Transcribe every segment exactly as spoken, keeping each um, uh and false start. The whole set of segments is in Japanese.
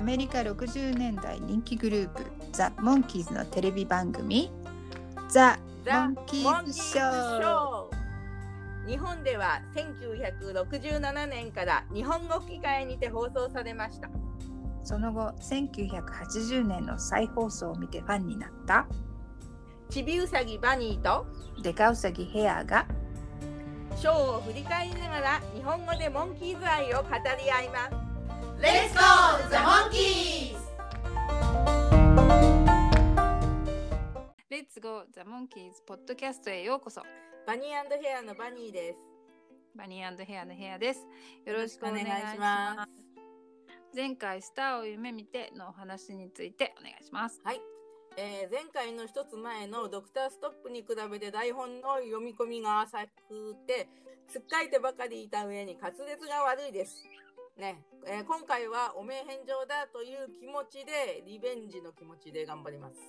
メリカろくじゅうねんだい人気グループザ・モンキーズのテレビ番組ザ・モンキーズショー。 日本ではせんきゅうひゃくろくじゅうななねんから日本語吹き替えにて放送されました。 その後せんきゅうひゃくはちじゅうねんの再放送を見てファンになったちびうさぎバニーとデカウサギヘアがショーを振り返りながら日本語でモンキーズ愛を語り合います。 Let's go the monkeys! Let's go the monkeys ポッドキャストへようこそ。 バニー&ヘアのバニーです。 バニー&ヘアのヘアです。よろしくお願いしよろしくお願いしま。 ます前回スターを夢見てのお話についてお願いします。 はい、えー、前回の一つ前のドクターストップに比べて台本の読み込みが浅くてつっかえてばかりいた上に滑舌が悪いですね、えー、今回はお名返上だという気持ちでリベンジの気持ちで頑張ります。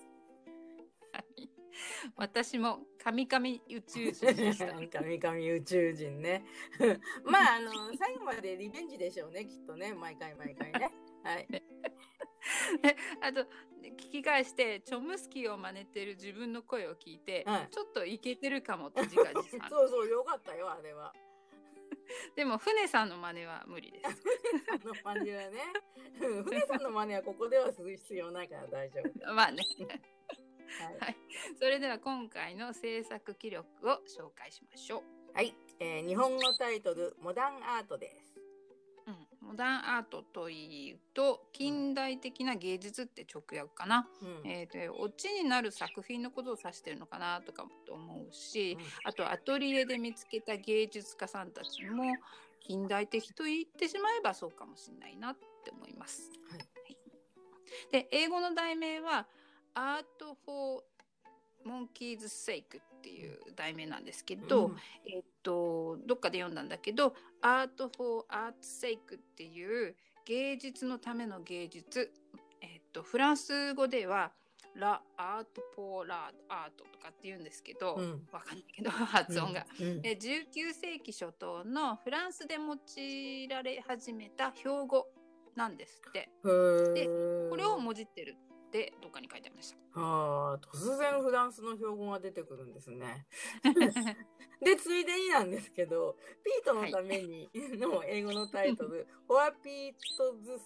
私も神々宇宙人でした。 神々宇宙人ね。まああの最後までリベンジでしょうね、きっとね、毎回毎回ね。はい。 あと聞き返してチョムスキーを真似てる自分の声を聞いて、 はい、 ちょっとイケてるかもって自画自賛。 そうそう、よかったよあれは。 でも船さんの真似は無理です。 船さんの真似はね。船さんの真似はここではする必要ないから大丈夫。 まあね。 はいはい、それでは今回の制作記録を紹介しましょう。 はい、えー、日本語タイトルモダンアートです。 うん、モダンアートというと近代的な芸術って直訳かな、うん、えー、とオチになる作品のことを指してるのかなとかと思うし、うん、あとアトリエで見つけた芸術家さんたちも近代的と言ってしまえばそうかもしれないなって思います。はいはい、で英語の題名はArt for Monkeys Sake っていう題名なんですけど、うん、えっとどっかで読んだんだけど Art for Art's Sake っていう芸術のための芸術、えっとフランス語では La Art pour l'Art とかって言うんですけど、うん、わかんないけど発音が、うんうん、えじゅうきゅうせいき初頭のフランスで用いられ始めた標語なんですって。でこれをもじってるでどっかに書いてありました。 はあ、突然フランスの標語が出てくるんですね。でついでになんですけど、ピートのためにの英語のタイトル、はい、For Pete's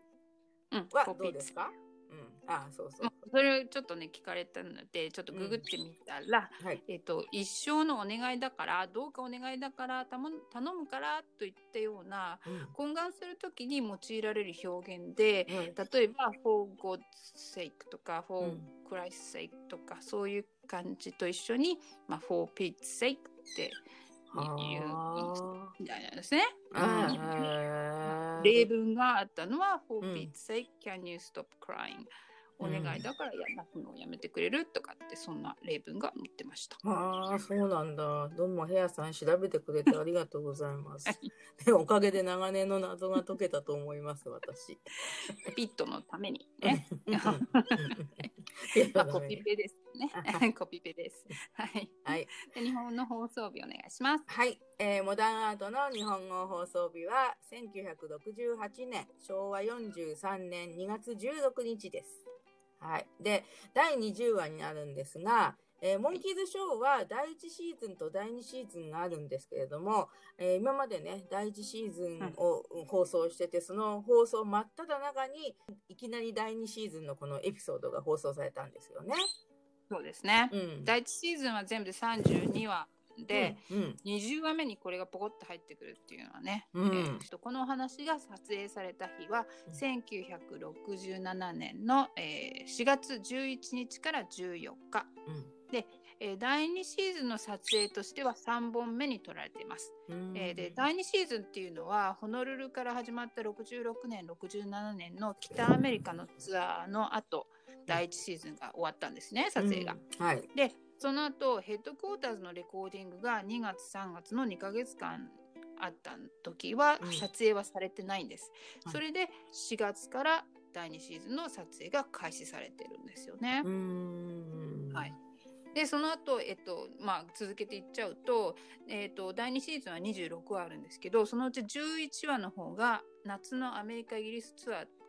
Sake はどうですか？うん、ああそうそう、 それをちょっとね聞かれたのでちょっとググってみたら、うんはい、えーと、一生のお願いだからどうかお願いだから頼むからといったような、うん、懇願するときに用いられる表現で、うん、例えば For God's sake とか For Christ's sake とかそういう感じと一緒に、まあ、For Pete's sake っていうみたいなんですね。例文があったのは For Pete's sake, can you stop crying? お願いだから泣くのをやめてくれるとかってそんな例文が載ってました。 ああそうなんだ。どうもヘアさん調べてくれてありがとうございます。でおかげで長年の謎が解けたと思います私。 ピットのためにね。まあ、コピペですね。コピペです。はい。はい、で日本の放送日お願いします。 はい、えー。モダンアートの日本語放送日はせんきゅうひゃくろくじゅうはちねんしょうわよんじゅうさんねんにがつじゅうろくにちです。はい。でだいにじゅうわになるんですが、えー、モンキーズショーはだいいちシーズンとだいにシーズンがあるんですけれども、えー、今までねだいいちシーズンを放送してて、その放送真っ只中にいきなりだいにシーズンのこのエピソードが放送されたんですよね。 そうですね、うん、だいいちシーズンは全部でさんじゅうにわで、うんうん、にじゅうわめにこれがポコッと入ってくるっていうのはね、うんえー、このお話が撮影された日は、うん、せんきゅうひゃくろくじゅうななねんの、えー、しがつじゅういちにちからじゅうよっか、うん、で、えー、だいにシーズンの撮影としてはさんぼんめに撮られています、うんえー、でだいにシーズンっていうのはホノルルから始まったろくじゅうろくねんろくじゅうななねんの北アメリカのツアーの後だいいちシーズンが終わったんですね、撮影が、うんはい、でその後ヘッドクォーターズのレコーディングがにがつさんがつのにかげつかんあった時は撮影はされてないんです、うん、それでしがつからだいにシーズンの撮影が開始されてるんですよね。うーん、はい、でその後、えっとまあ、続けていっちゃうと、えっと、だいにシーズンはにじゅうろくわあるんですけど、そのうちじゅういちわの方が夏のアメリカイギリスツアーがあっ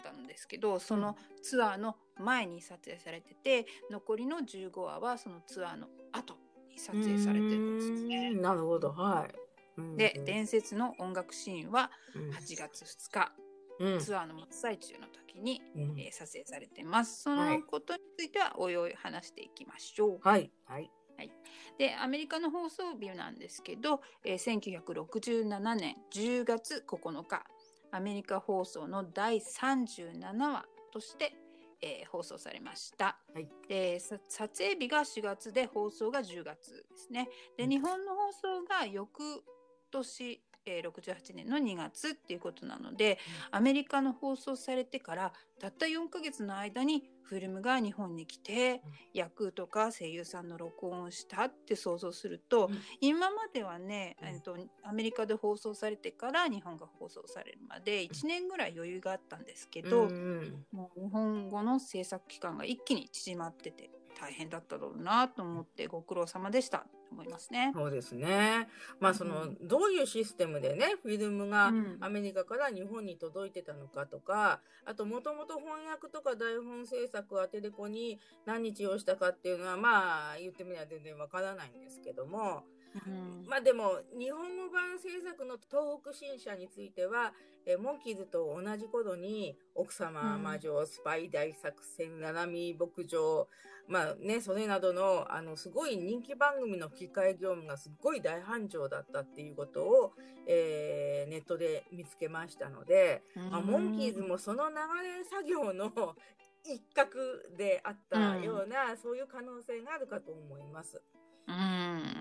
ったんですけど、そのツアーの前に撮影されてて、残りのじゅうごわはそのツアーの後に撮影されてるんですね。 なるほど、はい。うん、 で、伝説の音楽シーンははちがつふつか、 うん、 ツアーの真っ最中の時に、 うんえー、撮影されてます。そのことについてはおいおい話していきましょう。 はい、はい。 はい、でアメリカの放送日なんですけど、えー、せんきゅうひゃくろくじゅうななねんじゅうがつここのか、アメリカ放送のだいさんじゅうななわとして、えー、放送されました、 はい。 で撮影日がしがつで放送がじゅうがつですね。で日本の放送が翌年、えー、ろくじゅうはちねんのにがつっていうことなので、アメリカの放送されてからたったよんかげつの間にフィルムが日本に来て、うん、役とか声優さんの録音をしたって想像すると、うん、今まではね、うん、えっと、アメリカで放送されてから日本が放送されるまでいちねんぐらい余裕があったんですけど、うん、もう日本語の制作期間が一気に縮まってて大変だったろうなと思って、ご苦労様でしたと思いますね。 そうですね。まあその、うん、どういうシステムでねフィルムがアメリカから日本に届いてたのかとか、あともともと翻訳とか台本制作はテレコに何日をしたかっていうのはまあ言ってみれば全然わからないんですけども、うん、まあでも日本語版制作の東北新社についてはえモンキーズと同じ頃に奥様魔女、うん、スパイ大作戦、ララミ牧場、まあね、それなどのあのすごい人気番組の吹き替え業務がすごい大繁盛だったっていうことを、えー、ネットで見つけましたので、まあ、モンキーズもその流れ作業の一角であったような、うん、そういう可能性があるかと思います。 うん、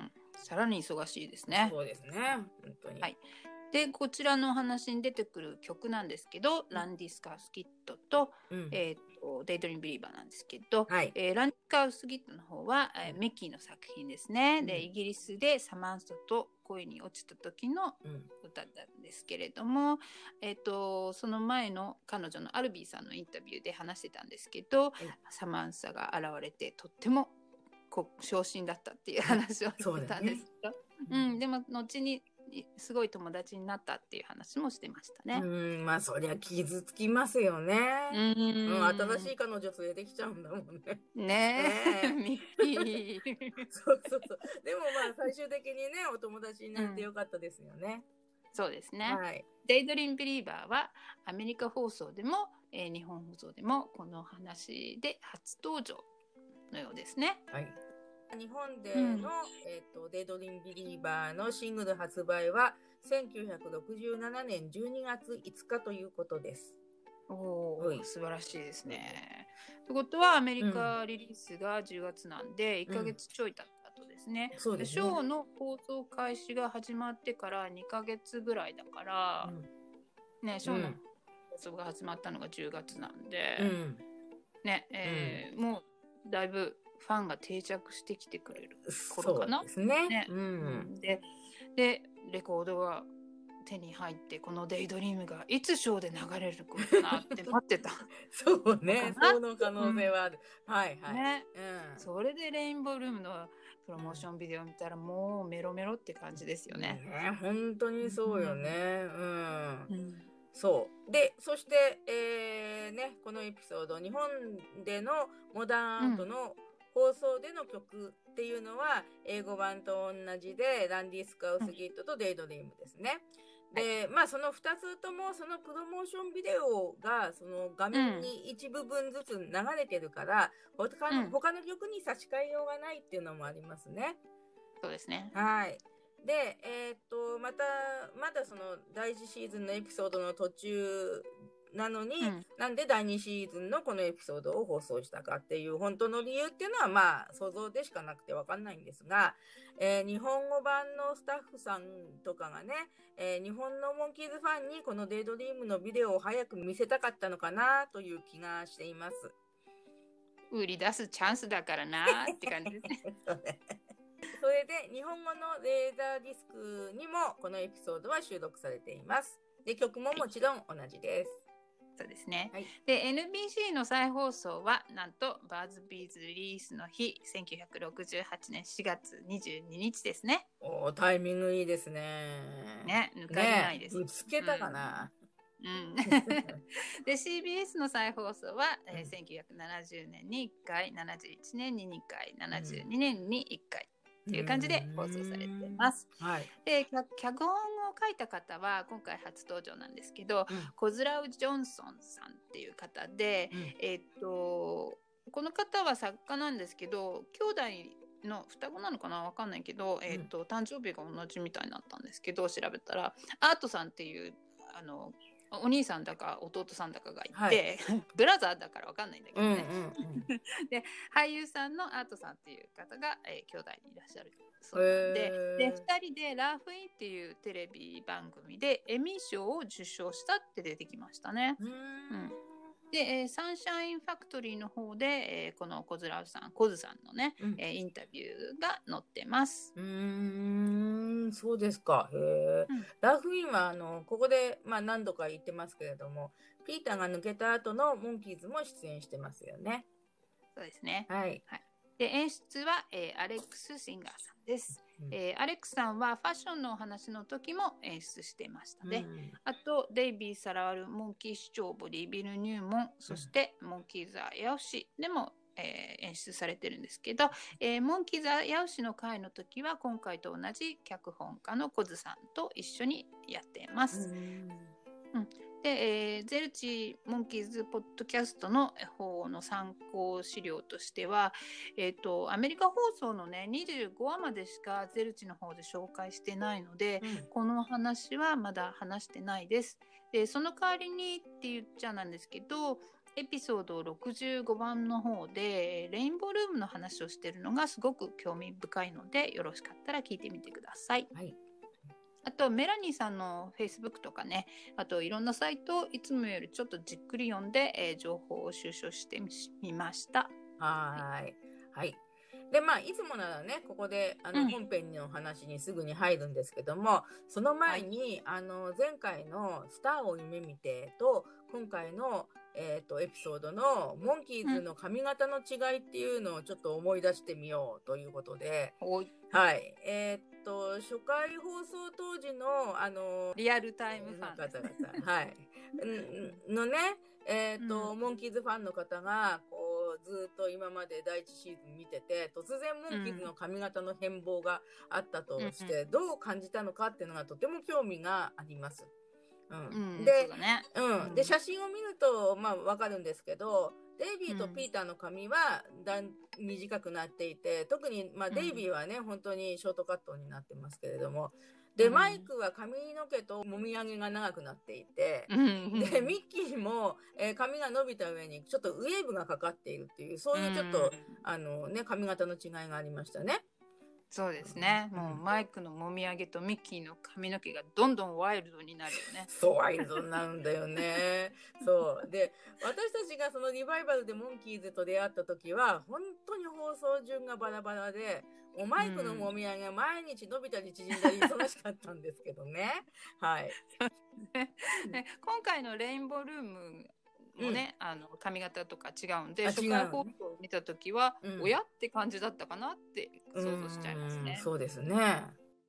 さらに忙しいですね。 そうですね、本当に。 はい。でこちらのお話に出てくる曲なんですけど、うん、ランディ・スカウスキットと、うん、えー、とデイドリーム・ビリーバーなんですけど、はい、えー、ランディ・スカウスキットの方は、えー、メッキーの作品ですね、うん、でイギリスでサマンサと恋に落ちた時の歌なんですけれども、うん、えー、とその前の彼女のアルビーさんのインタビューで話してたんですけど、はい、サマンサが現れてとってもこう昇進だったっていう話をしてたんですけど、ね、うん、でも後にすごい友達になったっていう話もしてましたね。 うん、まあそりゃ傷つきますよね。うん、うん、新しい彼女連れてきちゃうんだもんね。 ねえ、ミッキー。 そうそうそう。でもまあ最終的にね、お友達になってよかったですよね。 うん、そうですね。はい。デイドリームビリーバーはアメリカ放送でも、えー、日本放送でもこの話で初登場のようですね。 はい。日本での、うん、えーと、デイドリームビリーバーのシングル発売はせんきゅうひゃくろくじゅうななねんじゅうにがついつかということです。 おー、素晴らしいですね。ということはアメリカリリースがじゅうがつなんでいっかげつちょい経った後ですね。うん、でショーの放送開始が始まってからにかげつぐらいだから、うん、ね、ショーの放送が始まったのがじゅうがつなんで、うん、ね、えーうん、もうだいぶファンが定着してきてくれる頃かな。 そうですね。 ね、うん、で, でレコードが手に入ってこのデイドリームがいつショーで流れるかなって待ってた。 そうね、その可能性はある。うん、はいはい。 ね、うん、それでレインボールームのプロモーションビデオ見たらもうメロメロって感じですよね。 ね、本当にそうよね。うん。うん、そうで、そして、えーね、このエピソード、日本でのモダンアートの放送での曲っていうのは、うん、英語版と同じでランディ・スカウスギットとデイドリームですね。うん、で、まあそのふたつともそのプロモーションビデオがその画面に一部分ずつ流れてるから、うん、他の、他の曲に差し替えようがないっていうのもありますね。 そうですね。 はい。で、えー、っと、また、まだそのだいいちシーズンのエピソードの途中なのに、うん、なんでだいにシーズンのこのエピソードを放送したかっていう本当の理由っていうのはまあ想像でしかなくてわかんないんですが、えー、日本語版のスタッフさんとかがね、えー、日本のモンキーズファンにこのデイドリームのビデオを早く見せたかったのかなという気がしています。 売り出すチャンスだからなって感じですね。 それで日本語のレーザーディスクにもこのエピソードは収録されています。で、曲ももちろん同じです。 そうですね。はい、で エヌビーシー の再放送はなんとバズビーズリリースの日せんきゅうひゃくろくじゅうはちねんしがつにじゅうににちですね。 おー、タイミングいいですね。 ね、抜かりないです。 ね、ぶつけたかな。 ううん、で シービーエス の再放送は、えー、せんきゅうひゃくななじゅうねんにいっかい、ななじゅういちねんににかい、ななじゅうにねんにいっかいっていう感じで放送されています。 はい、 で脚本を書いた方は今回初登場なんですけど、うん、コズラウ・ジョンソンさんっていう方で、うん、えー、っとこの方は作家なんですけど、兄弟の双子なのかな分かんないけど、えー、っと誕生日が同じみたいになったんですけど、調べたらアートさんっていうあのお兄さんだか弟さんだかがいて、はい、ブラザーだから分かんないんだけどね、うんうんうん、で俳優さんのアートさんっていう方が、えー、兄弟にいらっしゃるそうなんで、でふたりでラーフインっていうテレビ番組でエミー賞を受賞したって出てきましたね。うん、で、えー、サンシャインファクトリーの方で、えー、このコズラウさんコズさんのね、うん、えー、インタビューが載ってます。 うーん、そうですか。へえ、うん、ラーフインはあのここで、まあ、何度か言ってますけれども、ピーターが抜けた後のモンキーズも出演してますよね。 そうですね。 はい。 はい、で演出は、えー、アレックス・シンガーさんです。うん、えー、アレックスさんはファッションのお話の時も演出していましたね。うん、あとデイビー・サラワル・モンキー市長ボディビル・ニューモン、そして、うん、モンキーザ・ヤオシでも、えー、演出されてるんですけど、えー、モンキーザ・ヤオシの回の時は今回と同じ脚本家のコズさんと一緒にやっています。うん、うんで、えー、ゼルチモンキーズポッドキャストの方の参考資料としては、えーと、アメリカ放送のねにじゅうごわまでしかゼルチの方で紹介してないので、うん、この話はまだ話してないです。でその代わりにって言っちゃなんですけど、エピソードろくじゅうごばんの方でレインボールームの話をしてるのがすごく興味深いので、よろしかったら聞いてみてください。はい、あとメラニーさんの Facebook とかね、あといろんなサイトをいつもよりちょっとじっくり読んで、えー、情報を収集してみました。 はい。はい。で、まあ、いつもならね、ここで、あの、うん、本編の話にすぐに入るんですけども、その前に、はい、あの、前回のスターを夢見てと、今回の、えっと、エピソードのモンキーズの髪型の違いっていうのをちょっと思い出してみようということで、うん、はい。えー、っと、初回放送当時の、あの、 リアルタイムファン、 方々、はい。のね、えー、っと、うん、モンキーズファンの方が、こう、ずっと今まで第一シーズン見てて、突然モンキーズの髪型の変貌があったとして、うん、どう感じたのかっていうのがとても興味があります。うん、で、うんねうん、で写真を見るとまあわかるんですけど、デイビーとピーターの髪はだん短くなっていて、特にまあデイビーはね、うん、本当にショートカットになってますけれども、で、うん、マイクは髪の毛ともみあげが長くなっていて、うん、でミッキーも、えー、髪が伸びた上にちょっとウェーブがかかっているっていう、そういうちょっと、うん、あのね髪型の違いがありましたね。 そうですね、うん、もうマイクのもみあげとミッキーの髪の毛がどんどんワイルドになるよね。 そうワイルドになるんだよね。そうで、私たちがそのリバイバルでモンキーズと出会った時は本当に放送順がバラバラで、もうマイクのもみあげが毎日伸びたり縮んだり忙しかったんですけどね。はい今回のレインボールームもね、うん、あの髪型とか違うんで、初回放送を見たときは、うん、親って感じだったかなって想像しちゃいますね。 うそうですね。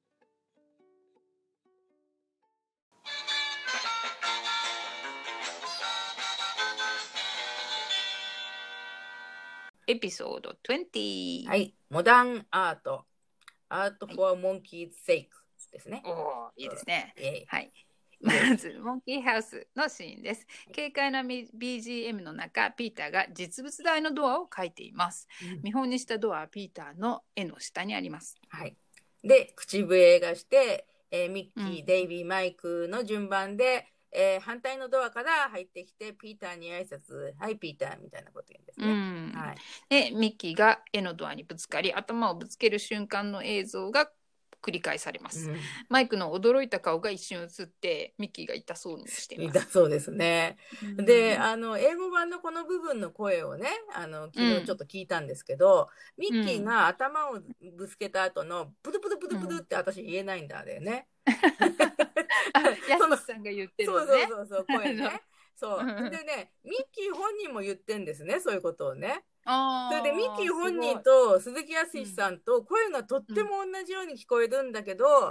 エピソードにじゅう。 はい、モダンアート、アートフォーモンキーズセイクですね。 おー、いいですね。はい。まずモンキーハウスのシーンです。軽快な ビージーエム の中、ピーターが実物大のドアを描いています。うん、見本にしたドアはピーターの絵の下にあります。 はい。で、口笛がして、えー、ミッキー、うん、デイビー、マイクの順番で、えー、反対のドアから入ってきて、ピーターに挨拶、はい、ピーターみたいなこと言うんですね。うんはい、 で、ミッキーが絵のドアにぶつかり、頭をぶつける瞬間の映像が繰り返されます、うん、マイクの驚いた顔が一瞬映ってミッキーが痛そうにしています。 痛そうですね、うん、であの英語版のこの部分の声をねあの昨日ちょっと聞いたんですけど、うん、ミッキーが頭をぶつけた後のプルプルプルプルって私言えないんだあれね、 ヤスさんが言ってるのね。 そうそうそうそう声ねそうでねミッキー本人も言ってんですね、そういうことをね。それでミッキー本人と鈴木康さんと声がとっても同じように聞こえるんだけど、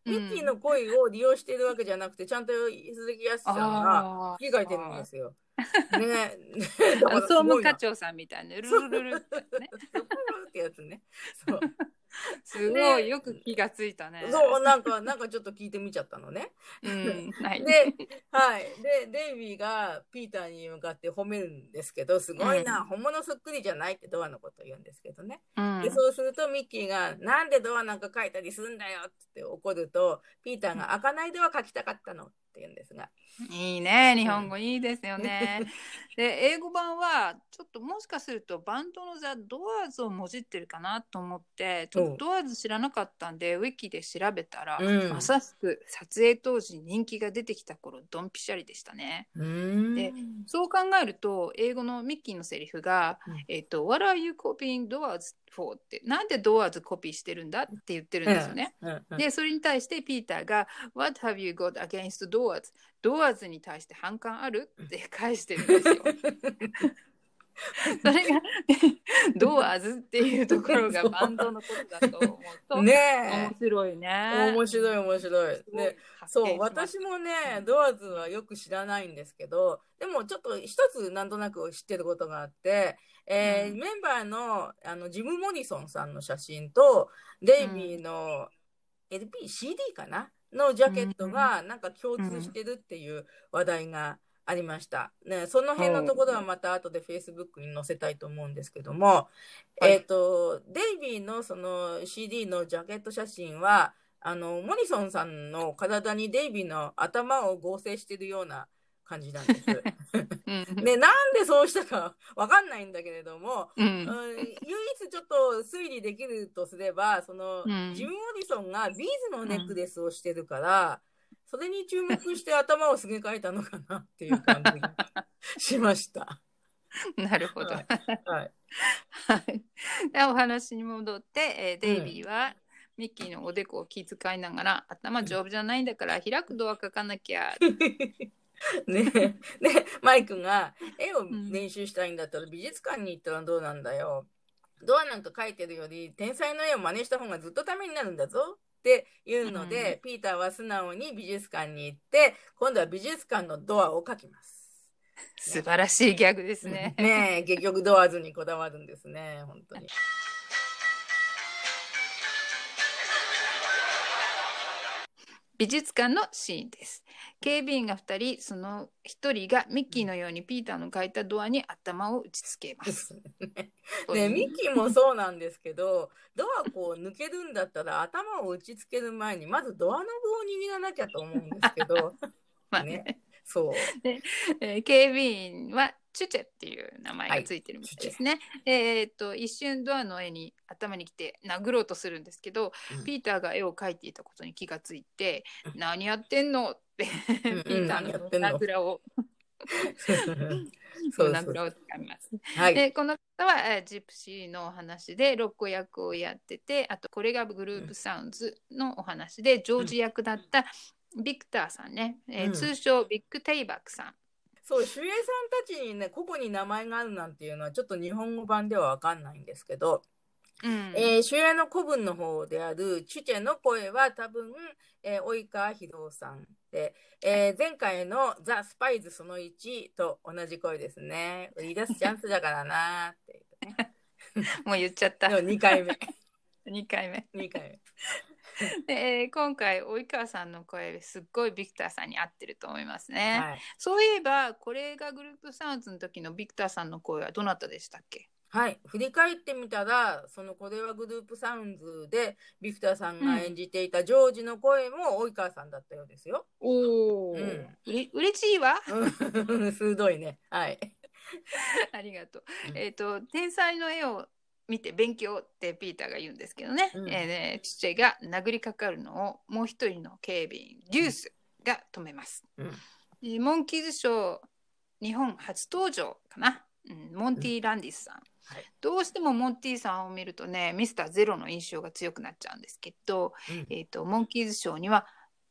ミッキーの声を利用しているわけじゃなくて、ちゃんと鈴木康さんが吹き替えてるんですよ。ね、 総務課長さんみたいなルルルルってね。 ってやつね。そう。 すごいよく気がついたね。 そう、なんか、なんかちょっと聞いてみちゃったのね。 うん、はい。 で、はい。で、デイビーがピーターに向かって褒めるんですけど、すごいな、うん、本物そっくりじゃないってドアのことを言うんですけどね。うん、で、そうするとミッキーが、なんでドアなんか書いたりするんだよって怒ると、ピーターが開かないドア書きたかったのって言うんですが。 いいね、日本語いいですよね。で、英語版はちょっともしかするとバンドのザ・ドアーズをもじってるかなと思って、ちょっとドアーズ知らなかったんで、ウィキで調べたら、うん、まさしく撮影当時人気が出てきた頃ドンピシャリでしたね。で、そう考えると英語のミッキーのセリフが、うん、えっと、What are you copying doors for? って、なんでドアーズコピーしてるんだって言ってるんですよね。うんうんうん、で、それに対してピーターが What have you got against doors? ドアーズに対して反感あるって返してるんですよ。それがドアーズっていうところがバンドのことだと思うとね、面白いね。 面白い面白い。ね、そう私もねドアーズはよく知らないんですけど、でもちょっと一つなんとなく知ってることがあって、えーうん、メンバーのあのジム・モリソンさんの写真とデイビーの エルピー、シーディー かなのジャケットがなんか共通してるっていう話題がありました。ね、その辺のところはまた後で Facebook に載せたいと思うんですけども、はい、えっと、デイビーのその シーディー のジャケット写真は、あの、モリソンさんの体にデイビーの頭を合成しているような感じなんです。で、なんでそうしたかわかんないんだけれども、うんうん、唯一ちょっと推理できるとすれば、その、うん、ジム・モリソンがビーズのネックレスをしてるから、それに注目して頭をすげ替えたのかなっていう感じがしました。 なるほど。はい。はいはい、でお話に戻って、えー、デイビーは、うん、ミッキーのおでこを気遣いながら、頭丈夫じゃないんだから開くドア書かなきゃ。 ねでマイクが絵を練習したいんだったら美術館に行ったらどうなんだよ。ドアなんか描いてるより天才の絵を真似した方がずっとためになるんだぞっていうので、うん、ピーターは素直に美術館に行って今度は美術館のドアを描きます。 素晴らしいギャグですね。 ねえ結局ドアーズにこだわるんですね本当に。 美術館のシーンです。警備員がふたり、そのひとりがミッキーのようにピーターの書いたドアに頭を打ちつけます。 ねね、ミッキーもそうなんですけど、ドアこう抜けるんだったら頭を打ちつける前にまずドアノブを握らなきゃと思うんですけど、まあね、ねそうで、えー、警備員はチュチェっていう名前がついてるみたいですね。はい、えー、っと一瞬ドアの絵に頭に来て殴ろうとするんですけど、うん、ピーターが絵を描いていたことに気がついて、うん、何やってんのってピーターの胸ぐらを胸ぐらをつかみます。はい、でこの方はジプシーのお話でロッコ役をやってて、あとこれがグループサウンズのお話でジョージ役だったビクターさんね、えーうん、通称ビッグテイバックさん。 そう守衛さんたちにね個々に名前があるなんていうのはちょっと日本語版では分かんないんですけど、うんえー、守衛の古文の方であるチュチェの声は多分、えー、及川博さんで、えー、前回のザ・スパイズそのいちと同じ声ですね。売り出すチャンスだからなっていう、ね、 もう言っちゃった。 にかいめにかいめにかいめで、えー、今回及川さんの声すっごいビクターさんに合ってると思いますね、はい、そういえばこれがグループサウンズの時のビクターさんの声はどなたでしたっけ？ はい振り返ってみたらそのこれはグループサウンズでビクターさんが演じていたジョージの声も及川さんだったようですよ。 おー、うん、うれ嬉しいわ鋭いねはいありがとう、うん、えっ、ー、と天才の絵を見て勉強ってピーターが言うんですけどね、うんえー、父が殴りかかるのをもう一人の警備員デュースが止めます、うん、モンキーズショー日本初登場かな、うん、モンティ・ランディスさん、うんはい、どうしてもモンティさんを見るとねミスターゼロの印象が強くなっちゃうんですけど、うんえー、とモンキーズショーには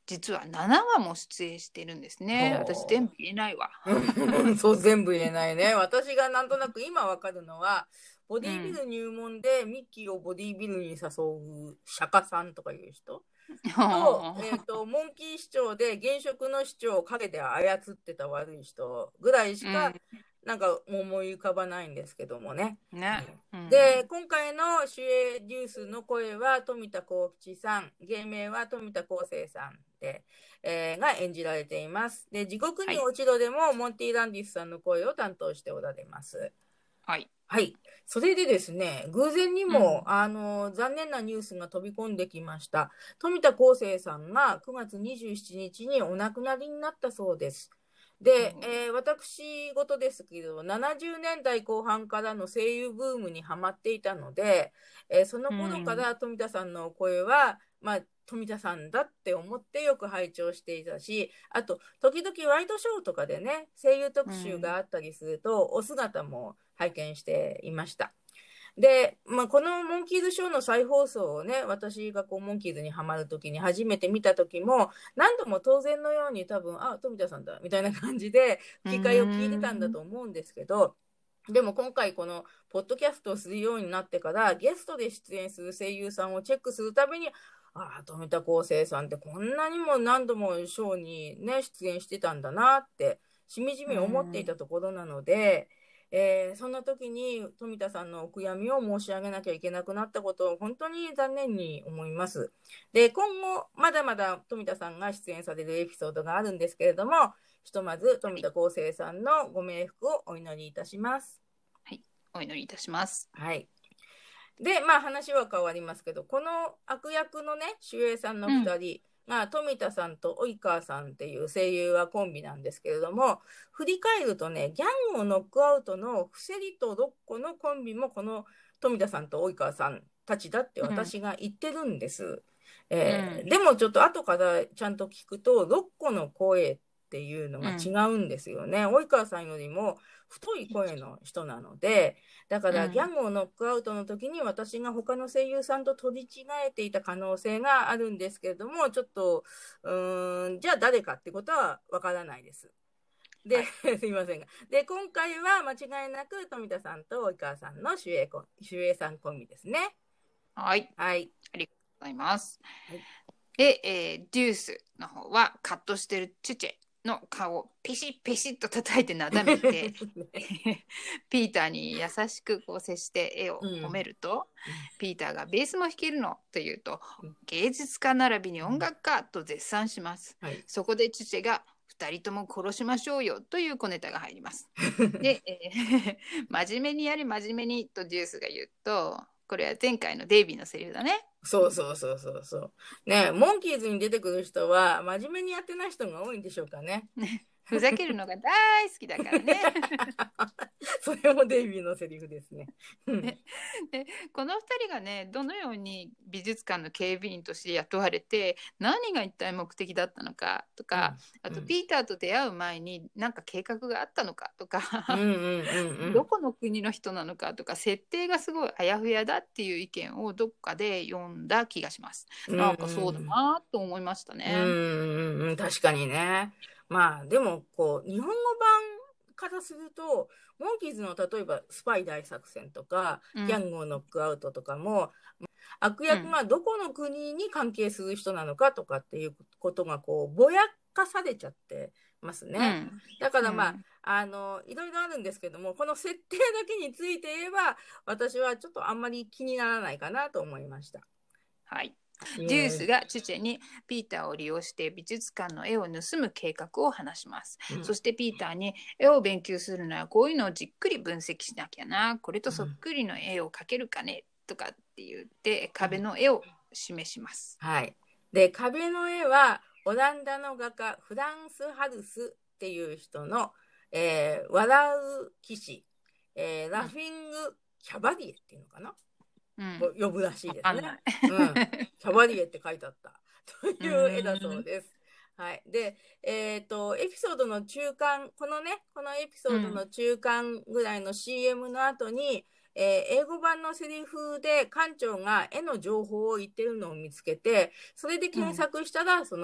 実はななわも出演してるんですね。私全部言えないわ。 そう全部言えないね。私がなんとなく今わかるのは、ボディビル入門でミッキーをボディビルに誘う釈迦さんとかいう人と、えっと、モンキー市長で現職の市長を陰で操ってた悪い人ぐらいしか、うん、なんか思い浮かばないんですけどもね。 ね、 うん、で、今回の主演デュースの声は富田幸吉さん、芸名は富田康生さんで、えー、が演じられています。で、地獄に落ちろでも、はい、モンティ・ランディスさんの声を担当しておられます。 はい。 はい。それでですね、偶然にも、うん、あの、残念なニュースが飛び込んできました。富田康生さんがくがつにじゅうしちにちにお亡くなりになったそうです。で、うん、えー、私事ですけど、ななじゅうねんだいこう半からの声優ブームにハマっていたので、えー、その頃から富田さんの声は、うん、まあ、富田さんだって思ってよく拝聴していたし、あと、時々ワイドショーとかでね、声優特集があったりすると、うん、お姿も拝見していました。で、まあ、このモンキーズショーの再放送をね、私がこうモンキーズにハマるときに初めて見たときも、何度も当然のように多分、あ、富田さんだ、みたいな感じで吹き替えを聞いてたんだと思うんですけど、でも今回このポッドキャストをするようになってから、ゲストで出演する声優さんをチェックするたびに、ああ、富田康生さんってこんなにも何度もショーにね、出演してたんだなって、しみじみ思っていたところなので、えー、そんな時に富田さんのお悔やみを申し上げなきゃいけなくなったことを本当に残念に思います。で、今後まだまだ富田さんが出演されるエピソードがあるんですけれども、ひとまず富田康生さんのご冥福をお祈りいたします。 はい、お祈りいたします。 はい。で、まあ話は変わりますけど、この悪役のね、守衛さんのふたりが、うん、富田さんと及川さんっていう声優はコンビなんですけれども、振り返るとね、ギャングをノックアウトの伏せりとろっこのコンビもこの富田さんと及川さんたちだって私が言ってるんです。うんえーうん、でもちょっと後からちゃんと聞くと、ろっこの声っていうのが違うんですよね。及、うん、川さんよりも太い声の人なので、だからギャングをノックアウトの時に私が他の声優さんと取り違えていた可能性があるんですけれども、ちょっと、うーん、じゃあ誰かってことはわからないです。で、はい、すいませんが。で、今回は間違いなく富田さんと及川さんの守衛コン、守衛さんコンビですね。 はい。 はい。 ありがとうございます。はい、で、えー、デュースの方はカットしてるチュチェの顔をピシッピシッと叩いてなだめてピーターに優しくこう接して絵を褒めると、うん、ピーターがベースも弾けるのと言うと、うん、芸術家並びに音楽家と絶賛します、はい、そこでチュチェがふたりとも殺しましょうよという小ネタが入りますで、えー、真面目にやれ真面目にとデュースが言うと、これは前回のデイビーのセリフだね。 そうそうそうそうそう。ね、モンキーズに出てくる人は真面目にやってない人が多いんでしょうかね。 ふざけるのが大好きだからね。 それもデイビーのセリフですね。 ででこのふたりがね、どのように美術館の警備員として雇われて、何が一体目的だったのかとか、うん、あとピーターと出会う前に何か計画があったのかとか、どこの国の人なのかとか、設定がすごいあやふやだっていう意見をどっかで読んだ気がします。うん、なんかそうだなと思いましたね。 うんうん、確かにね。まあでもこう日本語版からすると、モンキーズの例えばスパイ大作戦とか、うん、ギャングをノックアウトとかも、悪役がどこの国に関係する人なのかとかっていうことがこうぼやかされちゃってますね。うん、だからまあ、うん、あのいろいろあるんですけども、この設定だけについて言えば私はちょっとあんまり気にならないかなと思いました。 はい。デュースがチュチェにピーターを利用して美術館の絵を盗む計画を話します、うん、そしてピーターに絵を勉強するならこういうのをじっくり分析しなきゃな、これとそっくりの絵を描けるかね、うん、とかって言って壁の絵を示します、 うん、はい。で、壁の絵はオランダの画家フランス・ハルスっていう人の、えー、笑う騎士、えー、ラフィング・キャバリエっていうのかな、うん、呼ぶらしいですね。うん、キャバリエって書いてあったという絵だそうです。はい。で、えっと、エピソードの中間、このね、このエピソードの中間ぐらいの シーエム の後に、うん、えー、英語版のセリフで館長が絵の情報を言ってるのを見つけて、それで検索したら、うん、その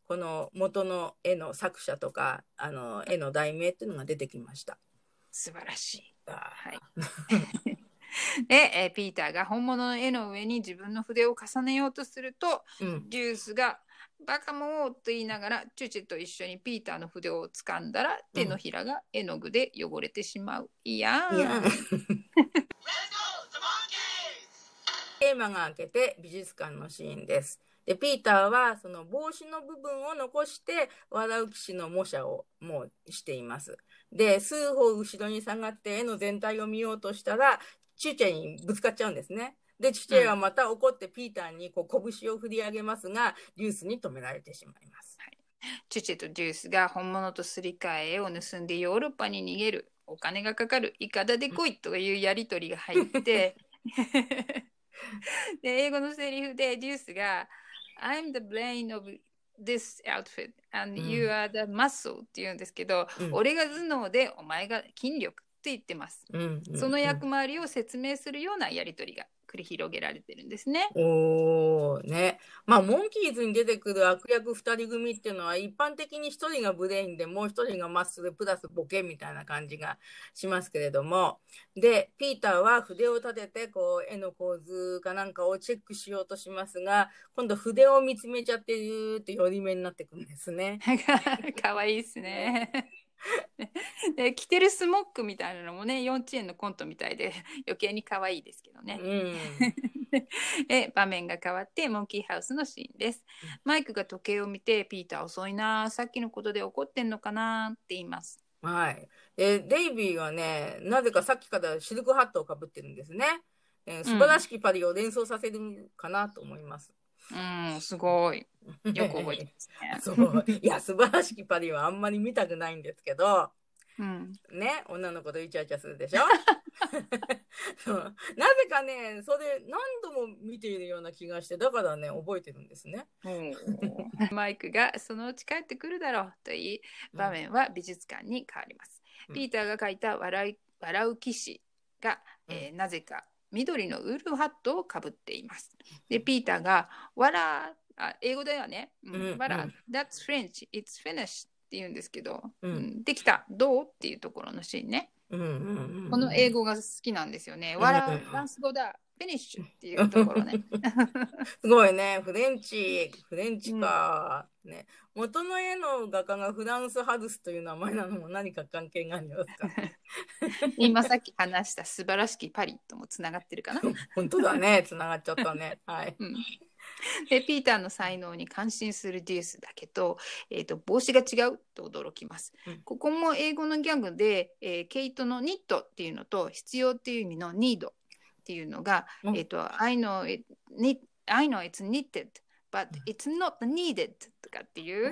この元の絵の作者とか、あの、絵の題名っていうのが出てきました。 素晴らしい。はい。で、えー、ピーターが本物の絵の上に自分の筆を重ねようとすると、うん、デュースがバカモーと言いながらチュチェと一緒にピーターの筆を掴んだら、手のひらが絵の具で汚れてしまう。いやー。いやテーマが明けて美術館のシーンです。で、ピーターはその帽子の部分を残して笑う騎士の模写をもうしています。で、数歩後ろに下がって絵の全体を見ようとしたら、チュチェにぶつかっちゃうんですね。で、チュチェはまた怒ってピーターにこう拳を振り上げますが、デュースに止められてしまいます。 はい、チュチェとデュースが本物とすり替え絵を盗んでヨーロッパに逃げる。お金がかかる。イカダで来いというやりとりが入って、で、英語のセリフでデュースがI'm the brain of this outfit and you are the muscle って言うんですけど、うん、俺が頭脳でお前が筋力って言ってます、うんうんうん、その役回りを説明するようなやり取りが繰り広げられてるんですね。 おーね。まあ、モンキーズに出てくる悪役ふたり組っていうのは一般的にひとりがブレインでもうひとりがマッスルプラスボケみたいな感じがしますけれども。で、ピーターは筆を立ててこう絵の構図かなんかをチェックしようとしますが、今度筆を見つめちゃってるって寄り目になってくるんですね。 かわいいですね。で着てるスモックみたいなのもね幼稚園のコントみたいで余計に可愛いですけどね、うん、え場面が変わってモンキーハウスのシーンです。マイクが時計を見てピーター遅いなさっきのことで怒ってんのかなって言います。 はい。でデイビーはねなぜかさっきからシルクハットをかぶってるんですね、えー、素晴らしきパリを連想させるかなと思います。 うん、すごい。よく覚えてますね。 そういや素晴らしきパリはあんまり見たくないんですけど、 うん、 ね女の子とイチャイチャするでしょそうなぜかねそれ何度も見ているような気がしてだからね覚えてるんですね。 マイクがそのうち帰ってくるだろうといい場面は美術館に変わります、うん、ピーターが描いた笑い笑う騎士が、えーうん、なぜか緑のウールハットをかぶっています。で、ピーターが、わら、あ、英語だよね。うん、わら、that's French, it's finished って言うんですけど、うん、できた、どうっていうところのシーンね。うんうんうん、この英語が好きなんですよね。わら、フランス語だ、フィニッシュっていうところね。 すごいね、フレンチ、フレンチか、うん、ね。元の絵の画家がフランスハルスという名前なのも何か関係がありますか？ 今さっき話した素晴らしきパリともつながってるかな。 本当だね、つながっちゃったね。はい。うん、 でピーターの才能に感心するデュースだけど、えーと、帽子が違うと驚きます、うん、ここも英語のギャグで、えー、ケイトのニットっていうのと必要っていう意味のニードっていうのが、うん、えーと I know it, I know it's needed but it's not needed とかっていう、うん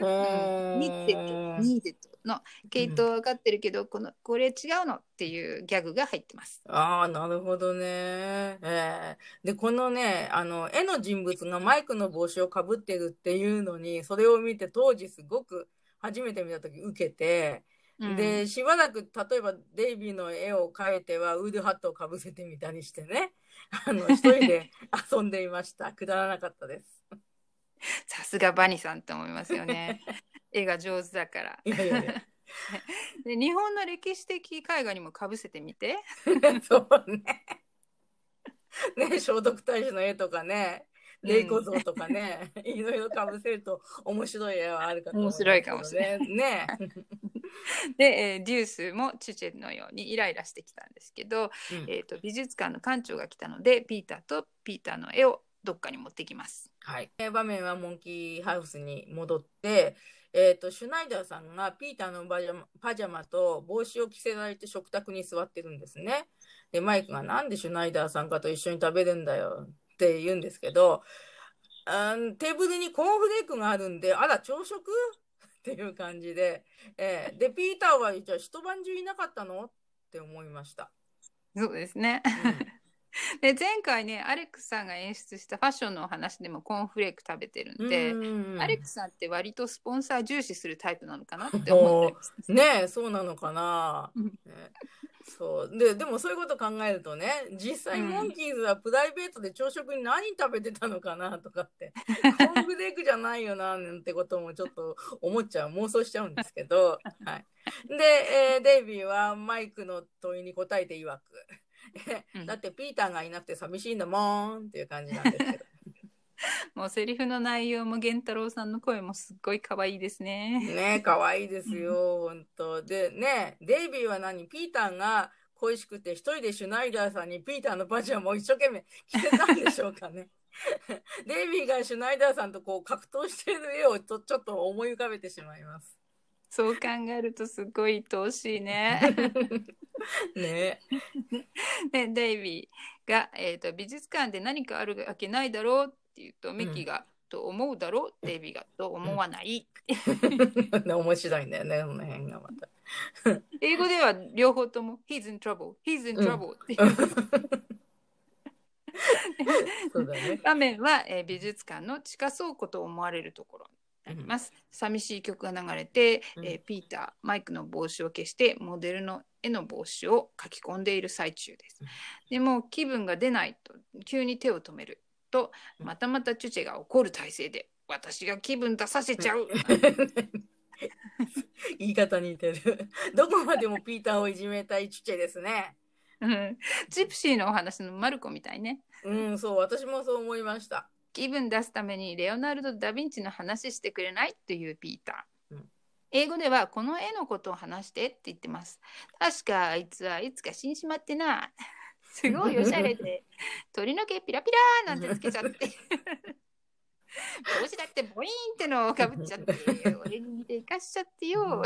、needed, needed のケイトは分かってるけど、うん、このこれ違うのっていうギャグが入ってます。 ああ、なるほどね。えー、でこのねあの絵の人物がマイクの帽子をかぶってるっていうのにそれを見て当時すごく初めて見た時受けて、うん、でしばらく例えばデイビーの絵を描いてはウールハットをかぶせてみたりしてねあの一人で遊んでいました。くだらなかったです。 さすがバニさんって思いますよね。絵が上手だから。いやいやいやで日本の歴史的絵画にもかぶせてみて。 そうね。ね聖徳太子の絵とかね霊子像とかね、うん、いろいろかぶせると面白い絵はあるかと思いますけどね。面白いかもしれない。ねで、えー、デュースもチュチェのようにイライラしてきたんですけど、うんえーと、美術館の館長が来たのでピーターとピーターの絵をどっかに持ってきます。 はい、場面はモンキーハウスに戻って、えーと、シュナイダーさんがピーターのパジャマ、パジャマと帽子を着せられて食卓に座ってるんですね。でマイクがなんでシュナイダーさんかと一緒に食べるんだよって言うんですけど、あテーブルにコーンフレークがあるんであら朝食っていう感じで、えー、でピーターはじゃあ一晩中いなかったのって思いました。 そうですね、うんで前回ねアレックスさんが演出したファッションのお話でもコーンフレーク食べてるんで、うんアレックスさんって割とスポンサー重視するタイプなのかなって思ってます。 ねえそうなのかな、ね、そうででもそういうこと考えるとね実際モンキーズはプライベートで朝食に何食べてたのかなとかって、うん、コーンフレークじゃないよななんてこともちょっと思っちゃう妄想しちゃうんですけど、はい、で、えー、デイビーはマイクの問いに答えて曰くだってピーターがいなくて寂しいんだもんっていう感じなんですけどもうセリフの内容も源太郎さんの声もすっごい可愛いですね。 ね、可愛いですよ本当でね。デイビーは何、ピーターが恋しくて一人でシュナイダーさんにピーターのパジャマを一生懸命着てたんでしょうかねデイビーがシュナイダーさんとこう格闘している絵をとちょっと思い浮かべてしまいます。 そう考えるとすごい愛おしいねねでデイビーが、えーと、美術館で何かあるわけないだろうって言うと、ミッキーが、うん、と思うだろう、デイビーがと思わない、 うん、面白いんだよね、この辺がまた英語では両方とも He's in trouble, He's in trouble、うん、っていうそうだね、画面は、えー、美術館の地下倉庫と思われるところになります、うん、寂しい曲が流れて、うん、えー、ピーターマイクの帽子を消してモデルの絵の帽子を書き込んでいる最中です、うん、でも気分が出ないと急に手を止めると、またまたチュチェが怒る体勢で、私が気分出させちゃう言い方似てるどこまでもピーターをいじめたいチュチェですねうん、ジプシーのお話のマルコみたいね。 うん、そう、私もそう思いました。 気分出すためにレオナルド・ダ・ヴィンチの話してくれないというピーター、うん、英語ではこの絵のことを話してって言ってます。確かあいつはいつか死んじまってなすごいおしゃれで鳥の毛ピラピラなんてつけちゃって帽子だってボイーンってのをかぶっちゃって俺に似て生かしちゃってよ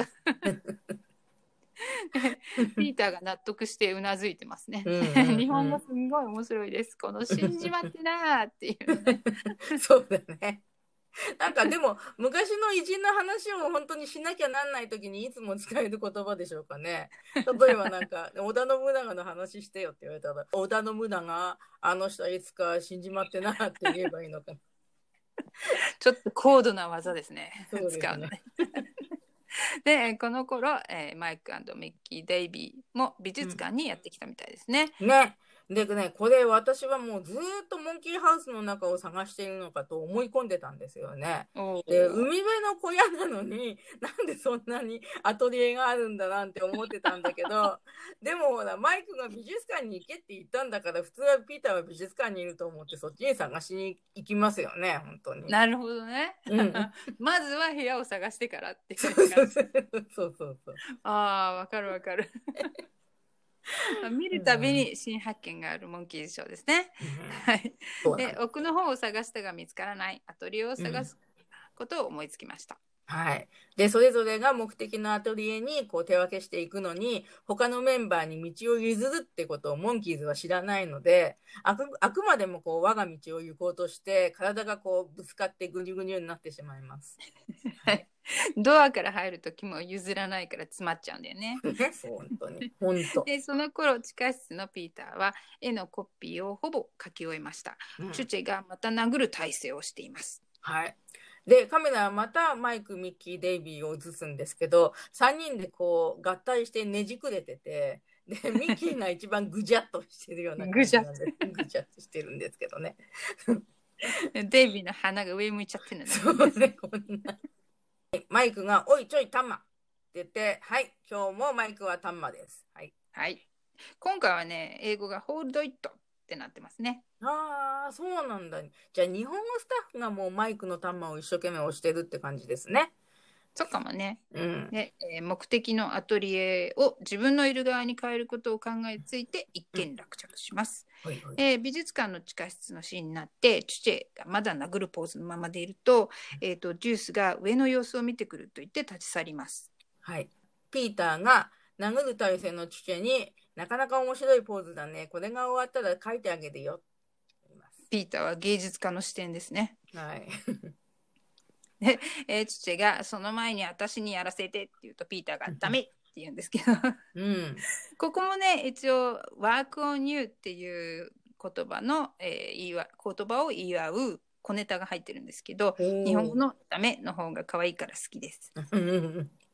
ピーターが納得してうなずいてますね、うんうんうん、日本語すんごい面白いです。この死んじまってなーっていう、ね、 そうだね。なんかでも昔の偉人の話を本当にしなきゃなんない時にいつも使える言葉でしょうかね。例えばなんか織田信長の話してよって言われたら、織田信長あの人はいつか死んじまってなって言えばいいのかなちょっと高度な技ですね。 そうですね。 使うのねでこの頃、えー、マイク&ミッキー・デイビーも美術館にやってきたみたいですね。 うん、ね。でね、これ私はもうずっとモンキーハウスの中を探しているのかと思い込んでたんですよね。で、海辺の小屋なのになんでそんなにアトリエがあるんだなんて思ってたんだけどでもほらマイクが美術館に行けって言ったんだから、普通はピーターは美術館にいると思ってそっちに探しに行きますよね、本当に。 なるほどね、うん、まずは部屋を探してからってそうそうそうそうああ、わかるわかる見るたびに新発見があるモンキーズショーですね、うん、で奥の方を探したが見つからないアトリエを探すことを思いつきました、 うん、はい。でそれぞれが目的のアトリエにこう手分けしていくのに、他のメンバーに道を譲るってことをモンキーズは知らないので、あく、あくまでもこう我が道を行こうとして体がこうぶつかってぐにゅぐにゅになってしまいますはいドアから入るときも譲らないから詰まっちゃうんだよね。 本当に本当でその頃地下室のピーターは絵のコピーをほぼ書き終えました、うん、チュチェがまた殴る体勢をしています。 はい。でカメラはまたマイク、ミッキー、デイビーを映すんですけど、さんにんでこう合体してねじくれてて、でミッキーが一番ぐじゃっとしてるような感じなんでぐじゃっとしてるんですけどねデイビーの鼻が上向いちゃってるのね。 そうね、こんなマイクがおいちょいタンマって言って、はい、今日もマイクはタンマです。はい、 はい、今回はね英語が Hold it ってなってますね。 ああ、そうなんだ。じゃあ日本語スタッフがもうマイクのタンマを一生懸命押してるって感じですね。 そうかもね、 うん、 で、えー、目的のアトリエを自分のいる側に変えることを考えついて一件落着します、うん、はいはい、えー、美術館の地下室のシーンになってチュチェがまだ殴るポーズのままでいると、えーと、ジュースが上の様子を見てくると言って立ち去ります。 はい、ピーターが殴る体勢のチュチェに、なかなか面白いポーズだね、これが終わったら書いてあげるよ。 ピーターは芸術家の視点ですね。 はいで、えー、チュチェがその前に私にやらせてって言うとピーターがダメって言うんですけど、うん、ここもね一応 work on you っていう言葉の、えー、言いわ言葉を言い合う小ネタが入ってるんですけど、日本語のダメの方が可愛いから好きです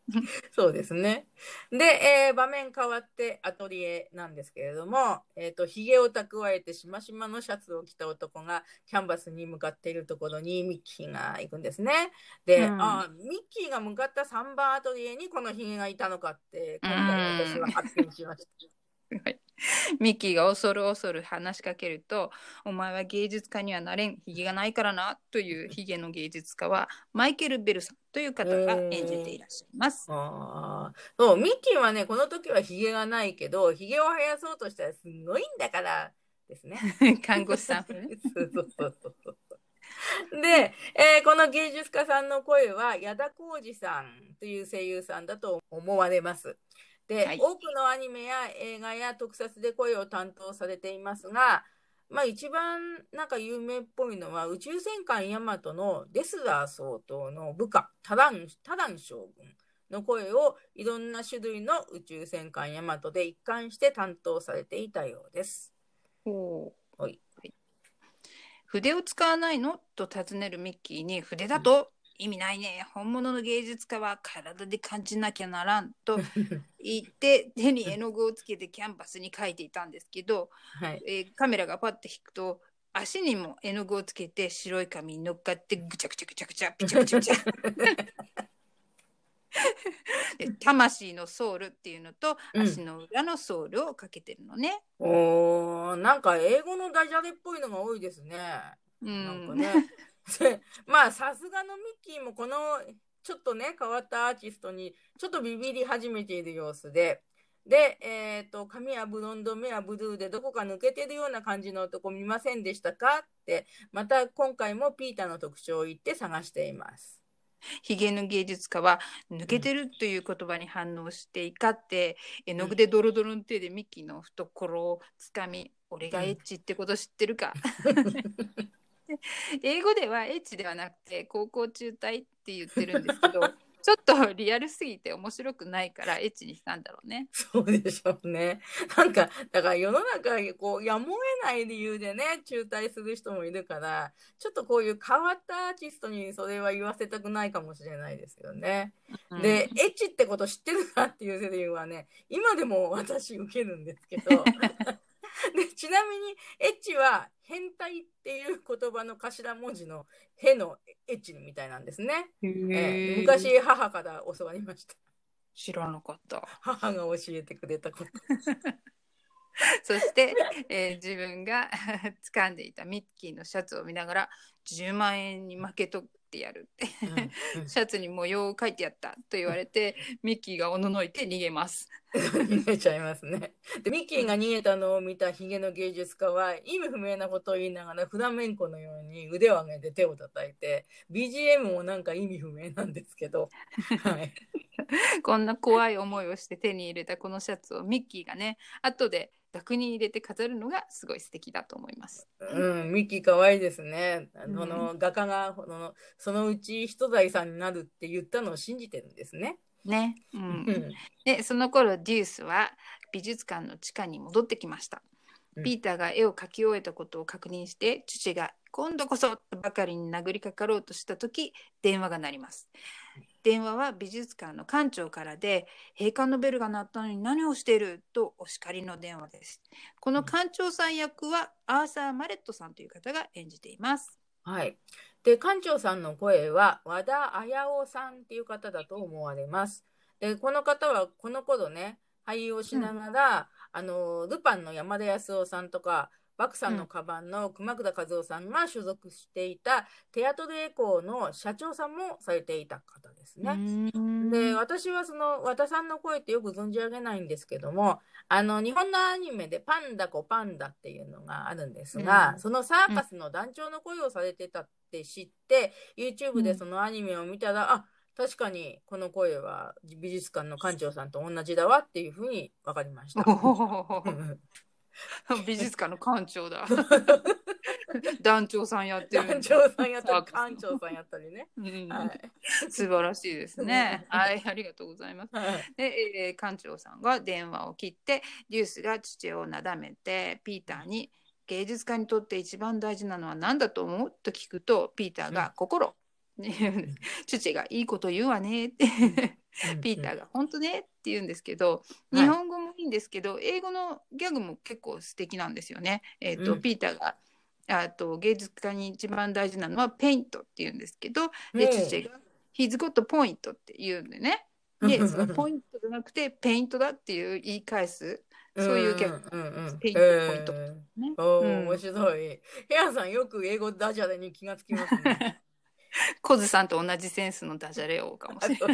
そうですね。で、えー場面変わってアトリエなんですけれども、えっと、髭を蓄えてしましまのシャツを着た男がキャンバスに向かっているところにミッキーが行くんですね。で、 うんあー、ミッキーが向かったさんばんアトリエにこの髭がいたのかって、今回私は発見しました。 はい、ミッキーが恐る恐る話しかけると、お前は芸術家にはなれん、ひげがないからなというひげの芸術家はマイケル・ベルさんという方が演じていらっしゃいます。 あそう、ミッキーはね、この時はひげがないけど、ひげを生やそうとしたらすごいんだからですね。 看護師さん風ね。 そうそうそうそう。で、えーこの芸術家さんの声は矢田浩二さんという声優さんだと思われます。で、 はい多くのアニメや映画や特撮で声を担当されていますが、まあ一番なんか有名っぽいのは宇宙戦艦ヤマトのデスラー総統の部下、タラン、タラン将軍の声をいろんな種類の宇宙戦艦ヤマトで一貫して担当されていたようです。 ほう。 はい。 筆を使わないのと尋ねるミッキーに、筆だと、うん、意味ないね、本物の芸術家は体で感じなきゃならんと言って手に絵の具をつけてキャンバスに描いていたんですけど、はい、えー、カメラがパッと引くと足にも絵の具をつけて白い紙に乗っかってぐちゃぐちゃぐちゃぐちゃピチャピチャピチャで魂のソウルっていうのと足の裏のソウルをかけてるのね、 うん、おー、なんか英語のダジャレっぽいのが多いですね。うん、なんかねまあさすがのミッキーもこのちょっとね変わったアーティストにちょっとビビり始めている様子で、で、えーと、髪はブロンド、目はブルーでどこか抜けてるような感じの男見ませんでしたかってまた今回もピーターの特徴を言って探しています。 ヒゲの芸術家は抜けてるという言葉に反応して怒って、うん、絵の具でドロドロの手でミッキーの懐をつかみ、うん、俺がエッチってこと知ってるか英語ではエッチではなくて高校中退って言ってるんですけどちょっとリアルすぎて面白くないからエッチにしたんだろうね。 そうでしょうね。なんかだから世の中こうやむを得ない理由でね中退する人もいるから、ちょっとこういう変わったアーティストにそれは言わせたくないかもしれないですよね。うん、でエッチってこと知ってるかっていうセリフはね今でも私受けるんですけどでちなみにエッチは変態っていう言葉の頭文字のへのエッチみたいなんですね。えー、昔母から教わりました。 知らなかった。 母が教えてくれたことそして、えー、自分が掴んでいたミッキーのシャツを見ながらじゅうまんえんに負けとってやるって、うんうん、シャツに模様を描いてやったと言われてミッキーがおののいて逃げます逃げちゃいますね。でミッキーが逃げたのを見たヒゲの芸術家は意味不明なことを言いながらフラメンコのように腕を上げて手を叩いて ビージーエム もなんか意味不明なんですけど、はい、 こんな怖い思いをして手に入れたこのシャツをミッキーがね後で額に入れて飾るのがすごい素敵だと思います。 うん、ミッキー可愛いですね。あの、うん、画家がその、そのうち一財産になるって言ったのを信じてるんですね。 ね。うん、でその頃デュースは美術館の地下に戻ってきました。うん、ピーターが絵を描き終えたことを確認して父が今度こそとばかりに殴りかかろうとした時電話が鳴ります。電話は美術館の館長からで、閉館のベルが鳴ったのに何をしているとお叱りの電話です。この館長さん役はアーサー・マレットさんという方が演じています。 はい。で、館長さんの声は和田綾夫さんっていう方だと思われます。で、この方はこの頃ね、俳優をしながら、うん、あの、ルパンの山田康夫さんとか、バクさんのカバンの熊倉和夫さんが所属していたテアトルエコーの社長さんもされていた方ですね。で、私はその和田さんの声ってよく存じ上げないんですけども、あの日本のアニメでパンダコパンダっていうのがあるんですが、そのサーカスの団長の声をされてたって知って、YouTube でそのアニメを見たら、あ、確かにこの声は美術館の館長さんと同じだわっていうふうに分かりました。 美術館の館長だ団長さんやってる団長さんやったり館長さんやったりね、 うんはい、素晴らしいですねはいありがとうございます、はい、で、えー、館長さんが電話を切ってデュースが父をなだめてピーターに芸術家にとって一番大事なのは何だと思うと聞くとピーターが心、うん、父がいいこと言うわねってピーターが本当ねって言うんですけど、 はい日本語もいいんですけど、英語のギャグも結構素敵なんですよね。えーとうんピーターがあと芸術家に一番大事なのはペイントって言うんですけど、でチュチェが「He's got point」って言うんでね。でそのポイントじゃなくてペイントだっていう言い返す、そういうギャグ、 うんうんうんうん、 ペイントポイントへね。 ーおー、 うん面白い。ヘアさんよく英語ダジャレに気がつきますね。 コズさんと同じセンスのダジャレ王かもしれない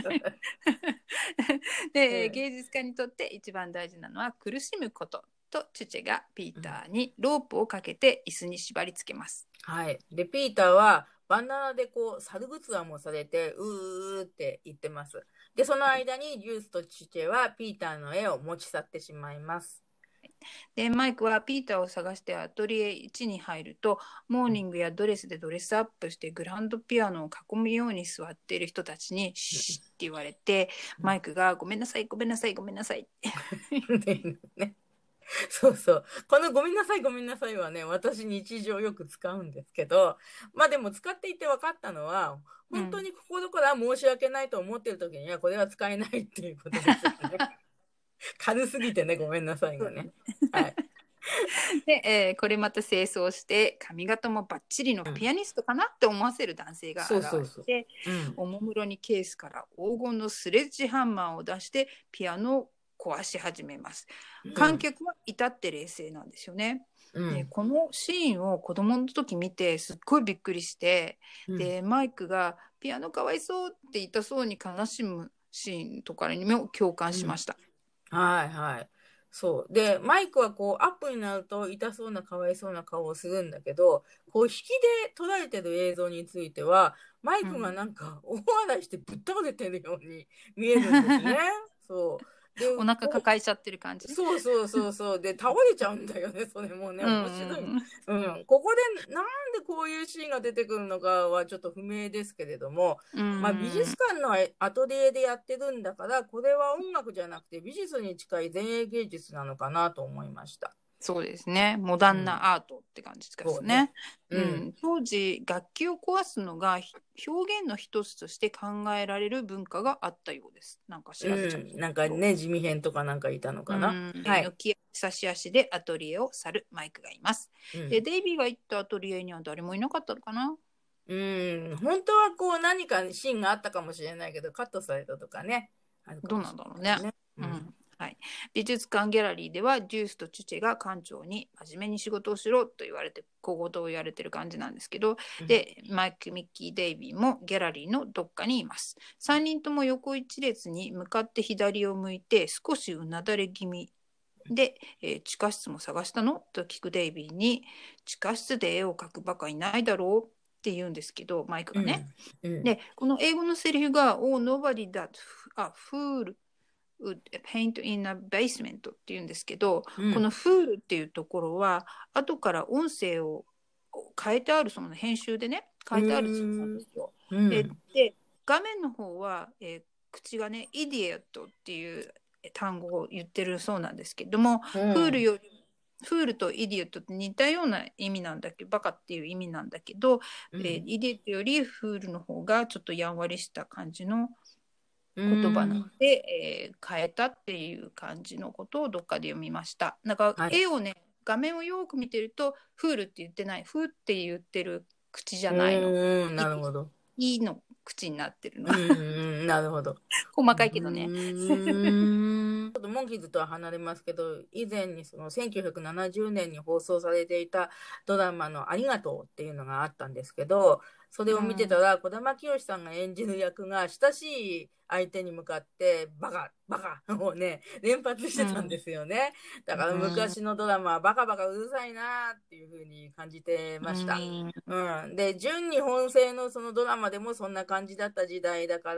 で、 うん芸術家にとって一番大事なのは苦しむことと、チュチェがピーターにロープをかけて椅子に縛り付けます。 はい。で、ピーターはバンダナでこう、猿ぐつわもされて、うーって言ってます。で、その間にジュースとチュチェはピーターの絵を持ち去ってしまいます。 でマイクはピーターを探してアトリエいちに入ると、モーニングやドレスでドレスアップしてグランドピアノを囲むように座っている人たちにシーって言われて、マイクがごめんなさいごめんなさいごめんなさいってね、そうそう。このごめんなさいごめんなさいはね、私日常よく使うんですけど、まあでも使っていて分かったのは、本当に心から申し訳ないと思ってる時にはこれは使えないっていうことですよね。軽すぎてね、ごめんなさいがね。はい。 で、えーこれまた清掃して髪型もバッチリのピアニストかなって思わせる男性が現れて、 そうそうそううん。 おもむろにケースから黄金のスレッジハンマーを出してピアノを壊し始めます。観客は至って冷静なんですよね。 うんでこのシーンを子供の時見てすっごいびっくりして、 うんでマイクがピアノかわいそうって痛そうに悲しむシーンとかにも共感しました。 はいはい。そう。で、マイクはこう、アップになると痛そうなかわいそうな顔をするんだけど、こう、引きで撮られてる映像については、マイクがなんか大笑いしてぶっ倒れてるように見えるんですね。そう。で、 お腹抱えちゃってる感じ。 そうそうそうそう。で、倒れちゃうんだよね、それもね。面白い。 うんうん。ここで、なんでこういうシーンが出てくるのかはちょっと不明ですけれども、 うんまあ美術館のアトリエでやってるんだから、これは音楽じゃなくて美術に近い前衛芸術なのかなと思いました。 そうですね。モダンなアートって感じですね。 うんうん、当時楽器を壊すのが表現の一つとして考えられる文化があったようです。なんか調べちゃった、 うん、なんかね、地味編とかなんかいたのかな。 うんはい。 抜き差し足でアトリエを去るマイクがいます。 うんでデイビーが行ったアトリエには誰もいなかったのかな。 うん、本当はこう何かシーンがあったかもしれないけど、カットされたとかね。あるかどうもしれなんだろうね。 ううんんはい、美術館ギャラリーではジュースとチュチェが館長に真面目に仕事をしろと言われて小言を言われてる感じなんですけど、 うんでマイク・ミッキー・デイビーもギャラリーのどっかにいます。さんにんとも横一列に向かって左を向いて少しうなだれ気味で、えー地下室も探したのと聞くデイビーに、地下室で絵を描くバカいないだろうって言うんですけど、マイクがね、 うんうんでこの英語のセリフが「Oh, nobody that a fool would paint in a basement」って言うんですけど、 うんこの「fool」っていうところは後から音声を変えてある、その編集でね変えてあるそうなんですよ。 うんえで画面の方は、えー口がね「イディエット」っていう単語を言ってるそうなんですけども、 うんフールよりフールとイディエットって似たような意味なんだけど、バカっていう意味なんだけど、 うんえーイディエットよりフールの方がちょっとやんわりした感じの言葉なので、えー変えたっていう感じのことをどっかで読みました。なんかはい絵をね、画面をよく見てるとフールって言ってない、フーって言ってる口じゃないの、 うんなるほど。 いいの口になってるの、 うんうんなるほど。 細かいけどね。 うーんちょっとモンキーズとは離れますけど、以前にそのせんきゅうひゃくななじゅうねんに放送されていたドラマのありがとうっていうのがあったんですけど、それを見てたら児玉清さんが演じる役が親しい相手に向かってバカバカをね連発してたんですよね。だから昔のドラマはバカバカうるさいなっていう風に感じてました。 うんうん、で純日本製のそのドラマでもそんな感じだった時代だから、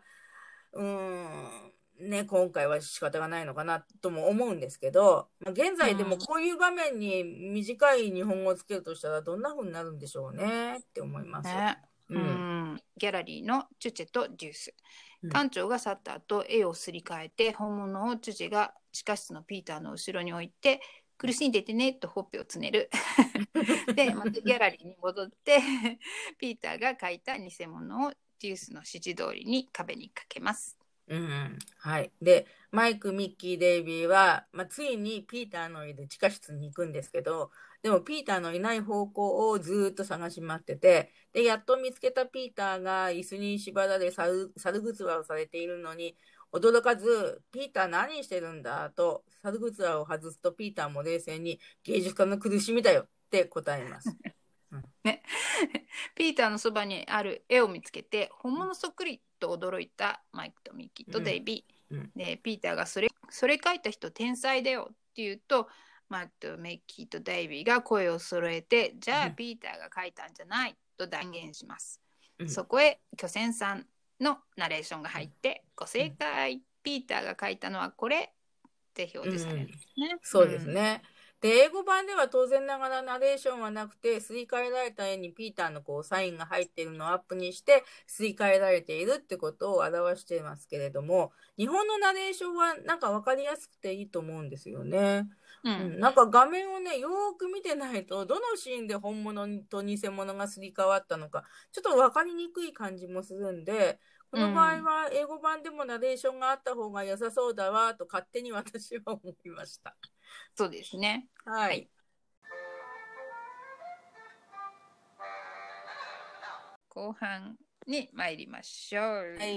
うんね、今回は仕方がないのかなとも思うんですけど、まあ現在でもこういう場面に短い日本語をつけるとしたらどんな風になるんでしょうねって思います。 ねううんん、ギャラリーのチュチェとジュース、 うん館長が去った後絵をすり替えて本物をチュチェが地下室のピーターの後ろに置いて、苦しんでてねとほっぺをつねるでまたギャラリーに戻ってピーターが描いた偽物をジュースの指示通りに壁にかけます。 うん、はい。で、マイク、ミッキー、デイビーは、まあ、ついにピーターのいる地下室に行くんですけど、でもピーターのいない方向をずーっと探し回ってて、で、やっと見つけたピーターが椅子に縛られ猿、猿ぐつわをされているのに、驚かず、ピーター何してるんだと、猿ぐつわを外すとピーターも冷静に芸術家の苦しみだよって答えます。うんね、ピーターのそばにある絵を見つけて本物そっくりと驚いたマイクとミッキーとデイビー、うんうん、でピーターがそれそれ書いた人天才だよって言うとマイクとミッキーとデイビーが声を揃えて、じゃあピーターが書いたんじゃないと断言します、うん、そこへ巨泉さんのナレーションが入って、うん、ご正解、ピーターが書いたのはこれって表示されるんですね、うん、 そうですね、うん、で英語版では当然ながらナレーションはなくて、すり替えられた絵にピーターのこうサインが入っているのをアップにしてすり替えられているってことを表していますけれども、日本のナレーションはなんか分かりやすくていいと思うんですよね、うんうん、なんか画面をねよーく見てないとどのシーンで本物と偽物がすり替わったのかちょっと分かりにくい感じもするんで、この場合は英語版でもナレーションがあった方が良さそうだわと勝手に私は思いました。 そうですね。 はい。はい、 後半に参りましょう。 はい。 はい、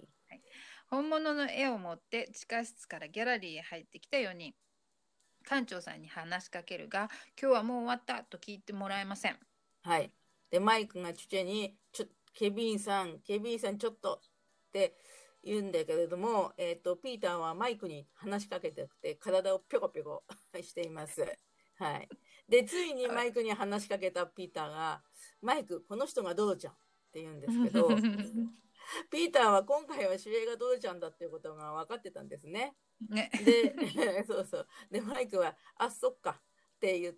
本物の絵を持って地下室からギャラリーへ入ってきたよにん。館長さんに話しかけるが、今日はもう終わったと聞いてもらえません。 はい。で、マイクがチュチェに、ちょケビンさん、ケビンさんちょっとって言うんだけれども、えっと、ピーターはマイクに話しかけてて、体をぴょこぴょこしています。はい。で、ついにマイクに話しかけたピーターが、マイク、この人がドロちゃんって言うんですけど、ピーターは今回は主演がドロちゃんだっていうことが分かってたんですね。ねで、そうそう。で、マイクは、あ、そっか。って言って、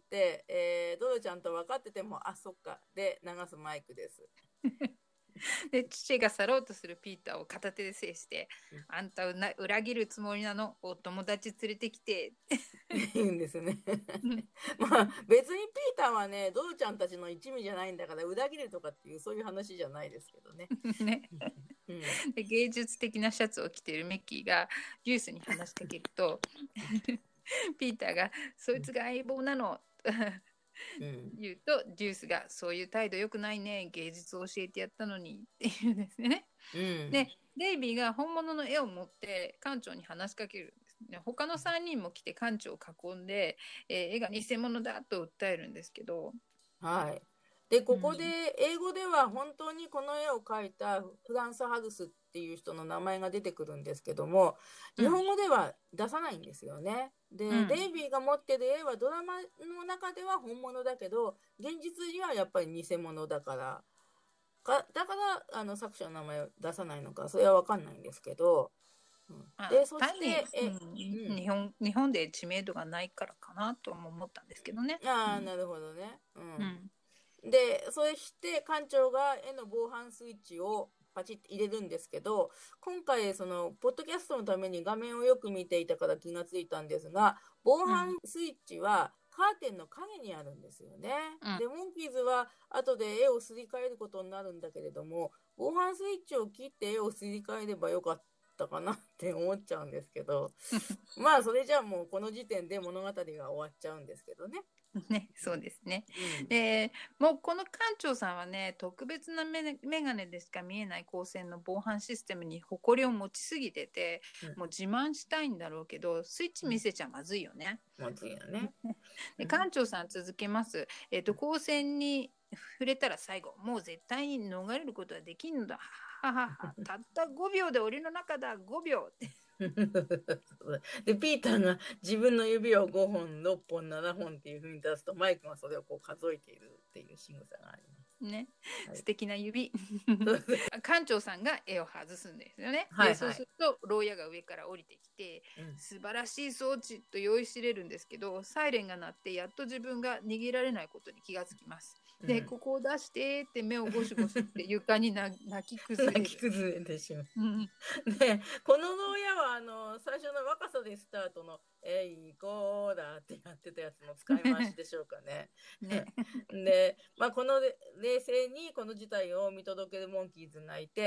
えー、ドロちゃんと分かってても、あ、そっか。で、流すマイクです。 で、父が去ろうとするピーターを片手で制して、うん、あんたをな裏切るつもりなの、お友達連れてきて。 言うんですね。まあ、別にピーターはね、ドロちゃんたちの一味じゃないんだから、裏切るとかっていう、そういう話じゃないですけどね。ねうん、で芸術的なシャツを着ているメッキーがジュースに話しかけるとピーターがそいつが相棒なのうん、言うとジュースがそういう態度良くないね、芸術を教えてやったのにっていうんですね、うん、でデイビーが本物の絵を持って館長に話しかけるんですね。他のさんにんも来て館長を囲んで、えー、絵が偽物だと訴えるんですけど、 はい。で、ここで、英語では本当にこの絵を描いたフランス・ハルスっていう人の名前が出てくるんですけども、日本語では出さないんですよね。で、うん、デイビーが持ってる絵はドラマの中では本物だけど、現実にはやっぱり偽物だから、かだからあの作者の名前を出さないのか、それは分かんないんですけど、 うん、でそしてえ、うん、日本日本で知名度がないからかなとも思ったんですけどね。 ああ、うん、なるほどね。うん、うん、でそして館長が絵の防犯スイッチをパチッと入れるんですけど、今回そのポッドキャストのために画面をよく見ていたから気がついたんですが、防犯スイッチはカーテンの影にあるんですよね、うん、でモンキーズは後で絵をすり替えることになるんだけれども、防犯スイッチを切って絵をすり替えればよかったかなって思っちゃうんですけどまあそれじゃあもうこの時点で物語が終わっちゃうんですけどね。 ね、そうですね、うん、でもうこの館長さんはね、特別なメガネでしか見えない光線の防犯システムに誇りを持ちすぎてて、うん、もう自慢したいんだろうけどスイッチ見せちゃまずいよね。 まずいよね。 で館長さん続けます、えーと、光線に触れたら最後、もう絶対に逃れることはできんのだ、はははたったごびょうで檻の中だ、ごびょうってでピーターが自分の指をごほんろっぽんななほんっていう風に出すと、マイクがそれをこう数えているっていう仕草がありますね、はい、素敵な指館長さんが絵を外すんですよね、 はいはい、 でそうすると牢屋が上から降りてきて、うん、素晴らしい装置と酔いしれるんですけど、サイレンが鳴ってやっと自分が逃げられないことに気がつきます。で、うん、ここを出してって目をゴシゴシって床に泣き崩れる泣き崩れてしまう、うん、でこの牢屋はあの最初の若さでスタートの「えいこーだ」ってやってたやつの使い回しでしょうかね。ねで、まあ、この冷静にこの事態を見届けるモンキーズがいて、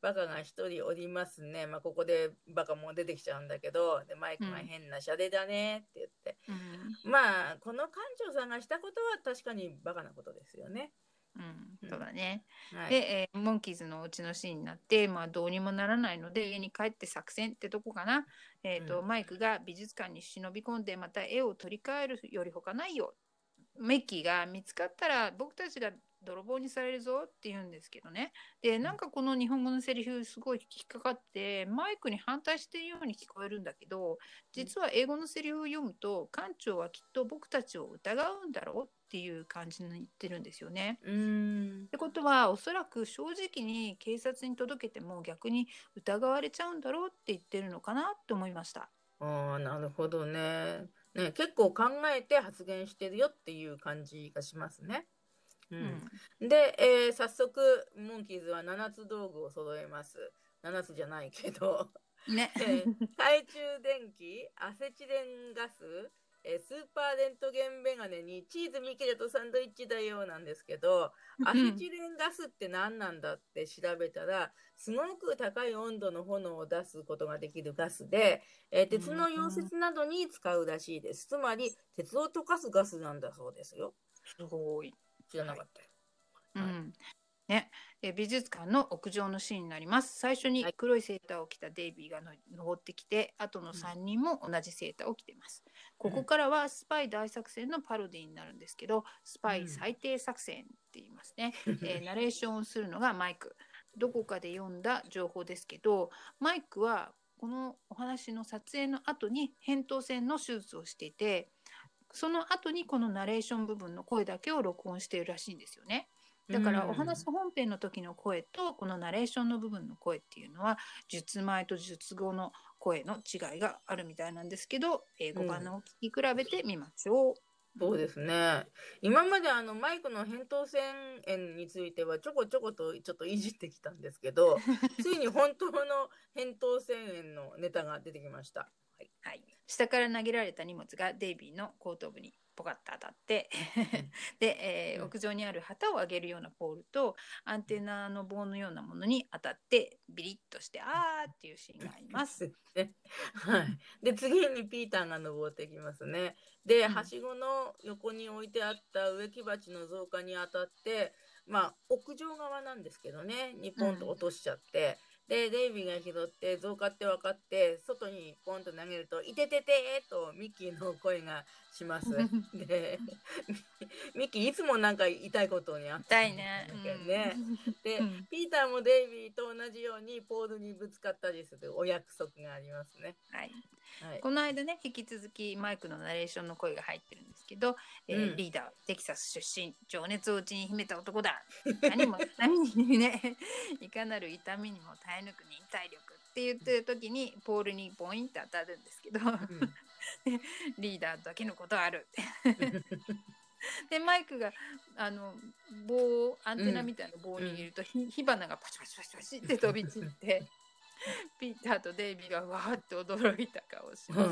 バカが一人おりますね。まあ、ここでバカも出てきちゃうんだけど、で、マイクが変なシャレだねって言って。うん、まあ、この館長さんがしたことは確かにバカなことですよね。 うん、そうだね。 はい、 で、えーモンキーズのお家のシーンになって、まあ、どうにもならないので家に帰って作戦ってとこかな。えーとうんマイクが美術館に忍び込んでまた絵を取り替えるより他ないよ。メッキーが見つかったら僕たちが泥棒にされるぞって言うんですけどね。で、なんかこの日本語のセリフすごい引っかかってマイクに反対しているように聞こえるんだけど、実は英語のセリフを読むと館長はきっと僕たちを疑うんだろうっていう感じに言ってるんですよね。 うーんってことはおそらく正直に警察に届けても逆に疑われちゃうんだろうって言ってるのかなと思いました。 ああ、なるほどね。ね、結構考えて発言してるよっていう感じがしますね。うんうん、で、えー、早速モンキーズはななつ道具を揃えます。ななつじゃないけど、 ねえー、懐中電気、アセチレンガス、えー、スーパーレントゲンメガネにチーズミケルとサンドイッチだよなんですけど、アセチレンガスって何なんだって調べたら、すごく高い温度の炎を出すことができるガスで、えー、鉄の溶接などに使うらしいです。つまり鉄を溶かすガスなんだそうですよ。 すごい。 知らなかったよ。 はい、うんね、え美術館の屋上のシーンになります。最初に黒いセーターを着たデイビーがの登ってきて、あとのさんにんも同じセーターを着ています。ここからはスパイ大作戦のパロディになるんですけど、スパイ最低作戦って言いますね。えー、ナレーションをするのがマイク。どこかで読んだ情報ですけど、マイクはこのお話の撮影の後に扁桃腺の手術をしていて、その後にこのナレーション部分の声だけを録音しているらしいんですよね。だからお話本編の時の声とこのナレーションの部分の声っていうのは術前と術後の声の違いがあるみたいなんですけど、英語版のを聞き比べてみましょう。うん、 そうですね。今まであのマイクの扁桃腺炎についてはちょこちょことちょっといじってきたんですけど、ついに本当の扁桃腺炎のネタが出てきました。はいはい、下から投げられた荷物がデイビーの後頭部にポカッと当たってで、えーうん、屋上にある旗を上げるようなポールとアンテナの棒のようなものに当たってビリッとしてあーっていうシーンがあります。 はい、で次にピーターが登ってきますね。で、はしごの横に置いてあった植木鉢の造花に当たってまあ屋上側なんですけどね、にポンと落としちゃって、うん、でデイビーが拾って造花って分かって外にポンと投げると「いてててー」とミッキーの声がします。でミッキーいつもなんか痛いことにあったんだけどね。で、うん、ピーターもデイビーと同じようにポールにぶつかったりするお約束がありますね。 はいはい、この間ね引き続きマイクのナレーションの声が入ってるんですけど、えーうん、リーダーテキサス出身情熱を内に秘めた男だ何も何にねいかなる痛みにも耐え抜く忍耐力って言ってる時にポールにボインって当たるんですけど、うん、リーダーだけのことあるでマイクがあの棒アンテナみたいな棒を握ると、うん、火花がパチパチパチパチって飛び散ってピーターとデイビーがわーって驚いた顔をします、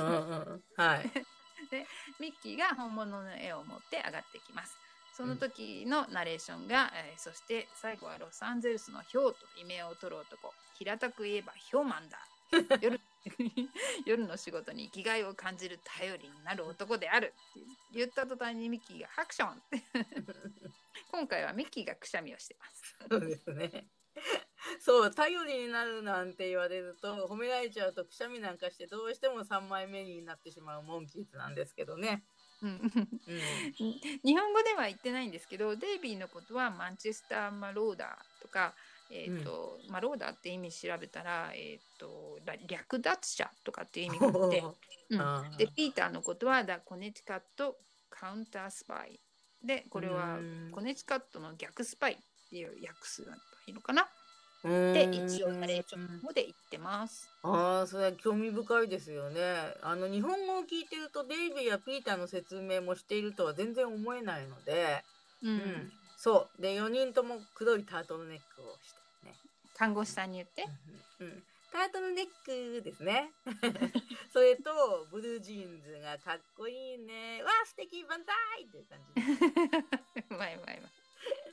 はい、でミッキーが本物の絵を持って上がってきます。その時のナレーションが、えー、そして最後はロサンゼルスのヒョウと異名を取る男、平たく言えばヒョウマンだ夜, 夜の仕事に生きがいを感じる頼りになる男であるって言った途端にミッキーがハクション今回はミッキーがくしゃみをしてます。 そうですね。そう頼りになるなんて言われると褒められちゃうとくしゃみなんかしてどうしてもさんまいめになってしまうモンキーズなんですけどね。うん、 日本語では言ってないんですけどデイビーのことはマンチェスターマローダーとか、えーとうん、マローダーって意味調べたら、えーと、略奪者とかっていう意味があって、うん、でピーターのことは The Connecticut Counter Spy でこれはコネチカットの逆スパイっていう訳すのがいいのかなで一応ナレーションで言ってます。 ああ、それは興味深いですよね。あの日本語を聞いてるとデイビーやピーターの説明もしているとは全然思えないので、うん、うん、そうでよにんとも黒いタートルネックをしてね。 看護師さんに言って、 うんうん、タートルネックですね。それとブルージーンズがかっこいいね。わあ素敵万歳っていう感じです。 うまいうまいうまい。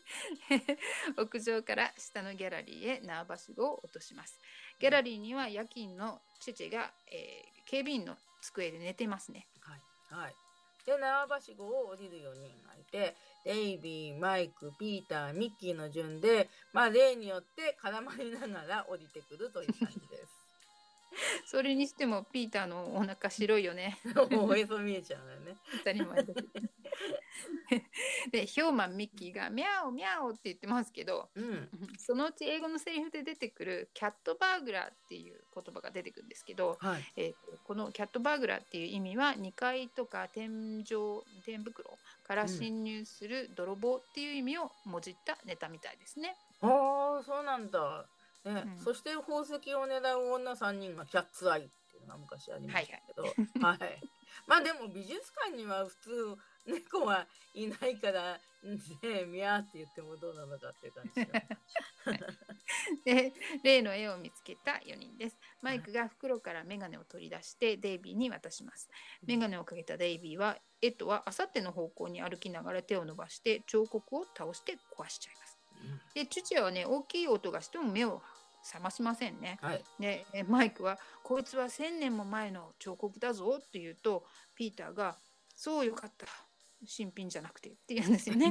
屋上から下のギャラリーへ縄ばしごを落とします。ギャラリーには夜勤のチェチェが、えー、警備員の机で寝てますね。 はい。はい。で、縄ばしごを降りるよにんがいて、デイビー、マイク、ピーター、ミッキーの順で、まあ例によって絡まりながら降りてくるという感じです。 それにしてもピーターのお腹白いよね。 おへそ見えちゃうよね。 当たり前だけど。でヒョーマンミッキーがミャオミャオって言ってますけど、 うん、 そのうち英語のセリフで出てくるキャットバーグラーっていう言葉が出てくるんですけど、 はい、 えー、このキャットバーグラーっていう意味はにかいとか天井天袋から侵入する泥棒っていう意味をもじったネタみたいですね。 うん、ああそうなんだ、ね、うん、そして宝石を狙う女さんにんがキャッツアイっていうのが昔ありましたけど、はい、はいはい、まあでも美術館には普通猫はいないからね、ミャーって言ってもどうなのかっていう感じですね。 で例の絵を見つけたよにんです。マイクが袋からメガネを取り出してデイビーに渡します。メガネをかけたデイビーは絵とはあさっての方向に歩きながら手を伸ばして彫刻を倒して壊しちゃいます。でチュチェはね大きい音がしても目を覚ましませんね。 はい、 でマイクはこいつは千年も前の彫刻だぞって言うとピーターがそうよかった新品じゃなくてって言うんですよね。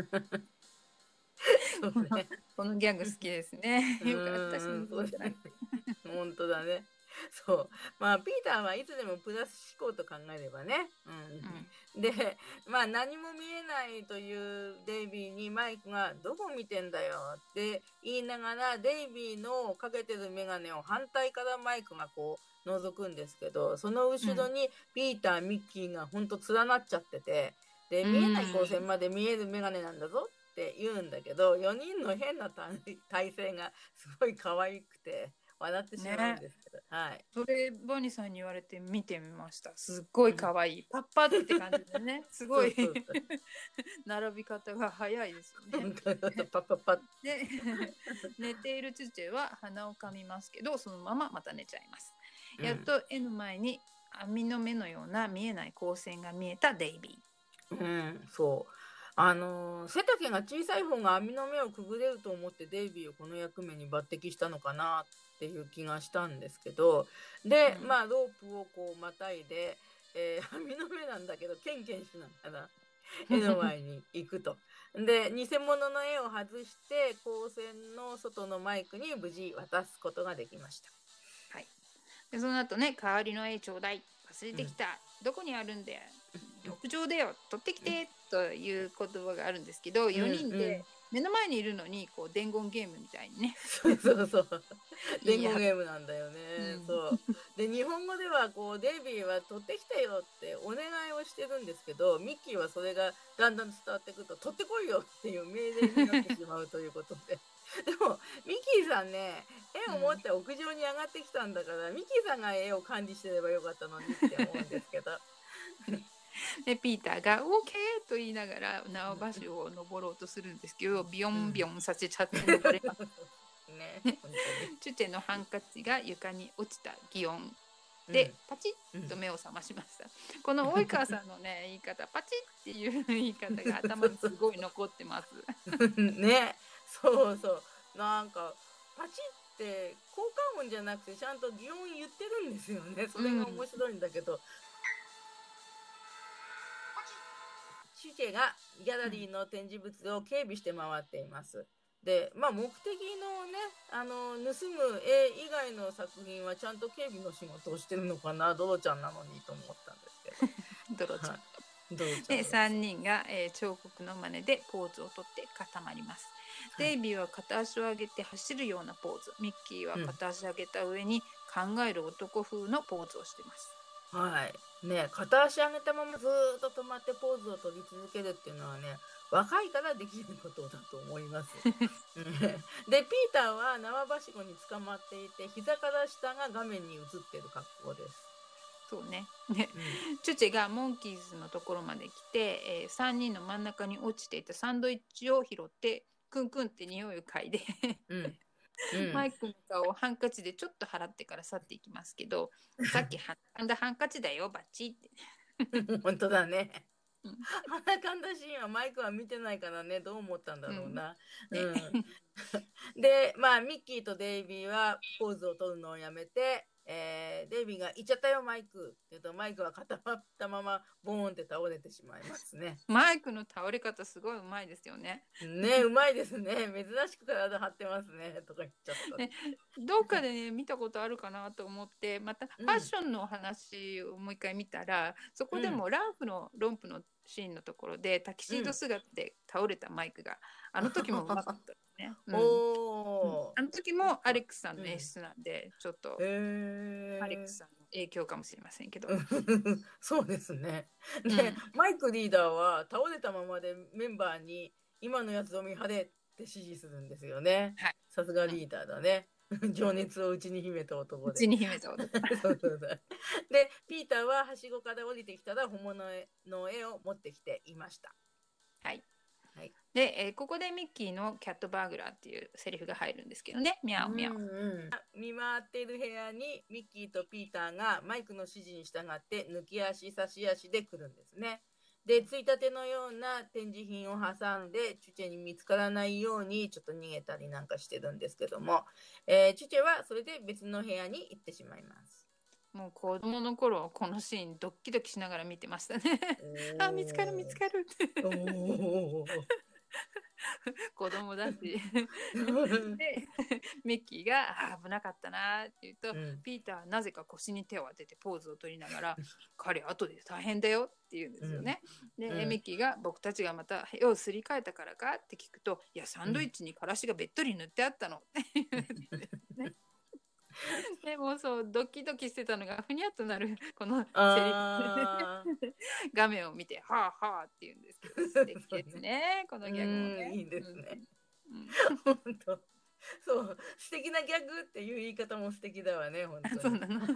そうねこのギャグ好きですね。よかった新品じゃなくて。 本当だね。そうまあピーターはいつでもプラス思考と考えればね、うんうん、でまあ何も見えないというデイビーにマイクがどこ見てんだよって言いながらデイビーのかけてるメガネを反対からマイクがこう覗くんですけど、その後ろにピーター、ミッキーがほんと連なっちゃってて、で見えない光線まで見えるメガネなんだぞって言うんだけど、よにんの変な体勢がすごい可愛くて笑ってしまうんですけど、ね、はい。 それバニーさんに言われて見てみました。すっごい可愛い、うん、パッパって感じでね、すごいそうそうそう並び方が早いですよね。 パッパッパッで寝ているチュチェは鼻をかみますけど、そのまままた寝ちゃいます。うん、やっと絵の前に網の目のような見えない光線が見えたデイビー。うん、そう。あのー、背丈が小さい方が網の目をくぐれると思ってデイビーをこの役目に抜擢したのかなっていう気がしたんですけど、で、うん、まあロープをこうまたいで、えー、網の目なんだけどケンケンしながら絵の前に行くと。で偽物の絵を外して光線の外のマイクに無事渡すことができました。 はい、でその後ね、代わりの絵ちょうだい、忘れてきた、うん、どこにあるんだよ、浴場だよ、取ってきて、うん、という言葉があるんですけど、よにんで目の前にいるのにこう伝言ゲームみたいにね、 そうそうそう伝言ゲームなんだよね、うん、そうで日本語ではこうデイビーは取ってきてよってお願いをしてるんですけど、ミッキーはそれがだんだん伝わってくると取ってこいよっていう命令になってしまうということででもミッキーさんね、絵を持って屋上に上がってきたんだから、うん、ミッキーさんが絵を管理してればよかったのにって思うんですけどでピーターが オーケー と言いながら縄橋を登ろうとするんですけど、ビヨンビヨンさせちゃって登れます、ね、チュチェのハンカチが床に落ちた擬音で、うん、パチッと目を覚ましました、うん、この及川さんのね言い方パチッっていう言い方が頭にすごい残ってますね、そうそうなんかパチッって効果音じゃなくてちゃんと擬音言ってるんですよね。それが面白いんだけど、うん、チュチェがギャラリーの展示物を警備して回っています。で、まあ目的のね、あの盗む絵以外の作品はちゃんと警備の仕事をしてるのかな、ドロちゃんなのにと思ったんですけど。 ドロちゃん。ドロちゃんでさんにんが、えー、彫刻の真似でポーズをとって固まります。はい、デイビーは片足を上げて走るようなポーズ、ミッキーは片足上げた上に考える男風のポーズをしてます。 はいね、片足上げたままずっと止まってポーズを取り続けるっていうのはね、若いからできることだと思いますで、ピーターは縄ばしごに捕まっていて、膝から下が画面に映っている格好です。 そうね。で、うん、チュチェがモンキーズのところまで来て、えー、さんにんの真ん中に落ちていたサンドイッチを拾ってクンクンって匂いを嗅いで、うんうん、マイクの顔をハンカチでちょっと払ってから去っていきますけど、さっきはんだハンカチだよバッチって本当だね鼻かんだシーンはマイクは見てないからね、どう思ったんだろうな。 うんうん、で、まあ、ミッキーとデイビーはポーズを取るのをやめて、えー、デイビーが「行っちゃったよマイク」って言うと、マイクは固まったままボーンって倒れてしまいますね。 マイクの倒れ方すごいうまいですよね。 ね、うまいですね。珍しく体張ってますねとか言っちゃった。 ね、どっかでね見たことあるかなと思って、またファッションのお話をもう一回見たら、うん、そこでもランプのロンプのシーンのところでタキシード姿で倒れたマイクが、うん、あの時もうまかったね。うん、おあの時もアレックスさんの演出なんで、うん、ちょっとアレックスさんの影響かもしれませんけど。 そうですね。で、うん、マイクリーダーは倒れたままでメンバーに今のやつを見張れって指示するんですよね。さすがリーダーだね。情熱を内に秘めた男で。 内に秘めた男。 そうそうだ。で、ピーターははしごから降りてきたら本物の絵を持ってきていました。 はい。はい、で、えー、ここでミッキーのキャットバーグラーっていうセリフが入るんですけどね。ミャオミャオ。うんうん、 見回っている部屋にミッキーとピーターがマイクの指示に従って抜き足差し足で来るんですね。で、ついたてのような展示品を挟んでチュチェに見つからないようにちょっと逃げたりなんかしてるんですけども、えー、チュチェはそれで別の部屋に行ってしまいます。 もう子供の頃このシーンドッキドキしながら見てましたね。あ、見つかる見つかるって子供だしでミッキーが危なかったなって言うと、うん、ピーターはなぜか腰に手を当ててポーズを取りながら彼後で大変だよって言うんですよね。うん、で、うん、ミッキーが僕たちがまた絵をすり替えたからかって聞くと、いやサンドイッチにからしがべっとり塗ってあったのって言うんですね。でもそうドキドキしてたのがふにゃっとなるこのセリフ画面を見てはあはあって言うんですけど、素敵ですねこのギャグもね。 いいですね。本当そう素敵なギャグっていう言い方も素敵だわね本当に。そうなの。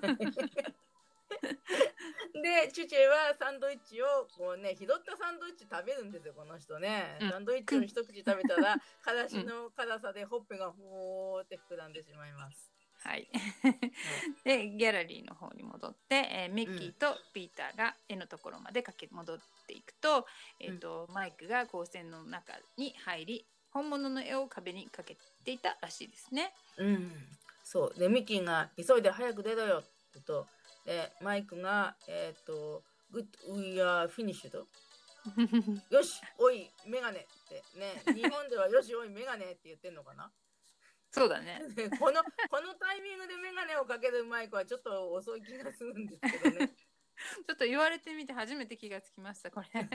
でチュチェはサンドイッチをこうね拾ったサンドイッチ食べるんですよこの人ね。サンドイッチを一口食べたらからしの辛さでほっぺがほーって膨らんでしまいます。 はい、でギャラリーの方に戻って、えー、ミッキーとピーターが絵のところまで駆け戻っていくと、うんえー、とマイクが光線の中に入り本物の絵を壁にかけていたらしいですね。 うん、そうでミッキーが急いで早く出ろよって言うとでマイクがえっ、ー、と Good we are finished よしおいメガネってね日本ではよしおいメガネって言ってんのかな。 そうだねこのこのタイミングでメガネをかけるマイクはちょっと遅い気がするんですけどね。 ちょっと言われてみて初めて気がつきましたこれ。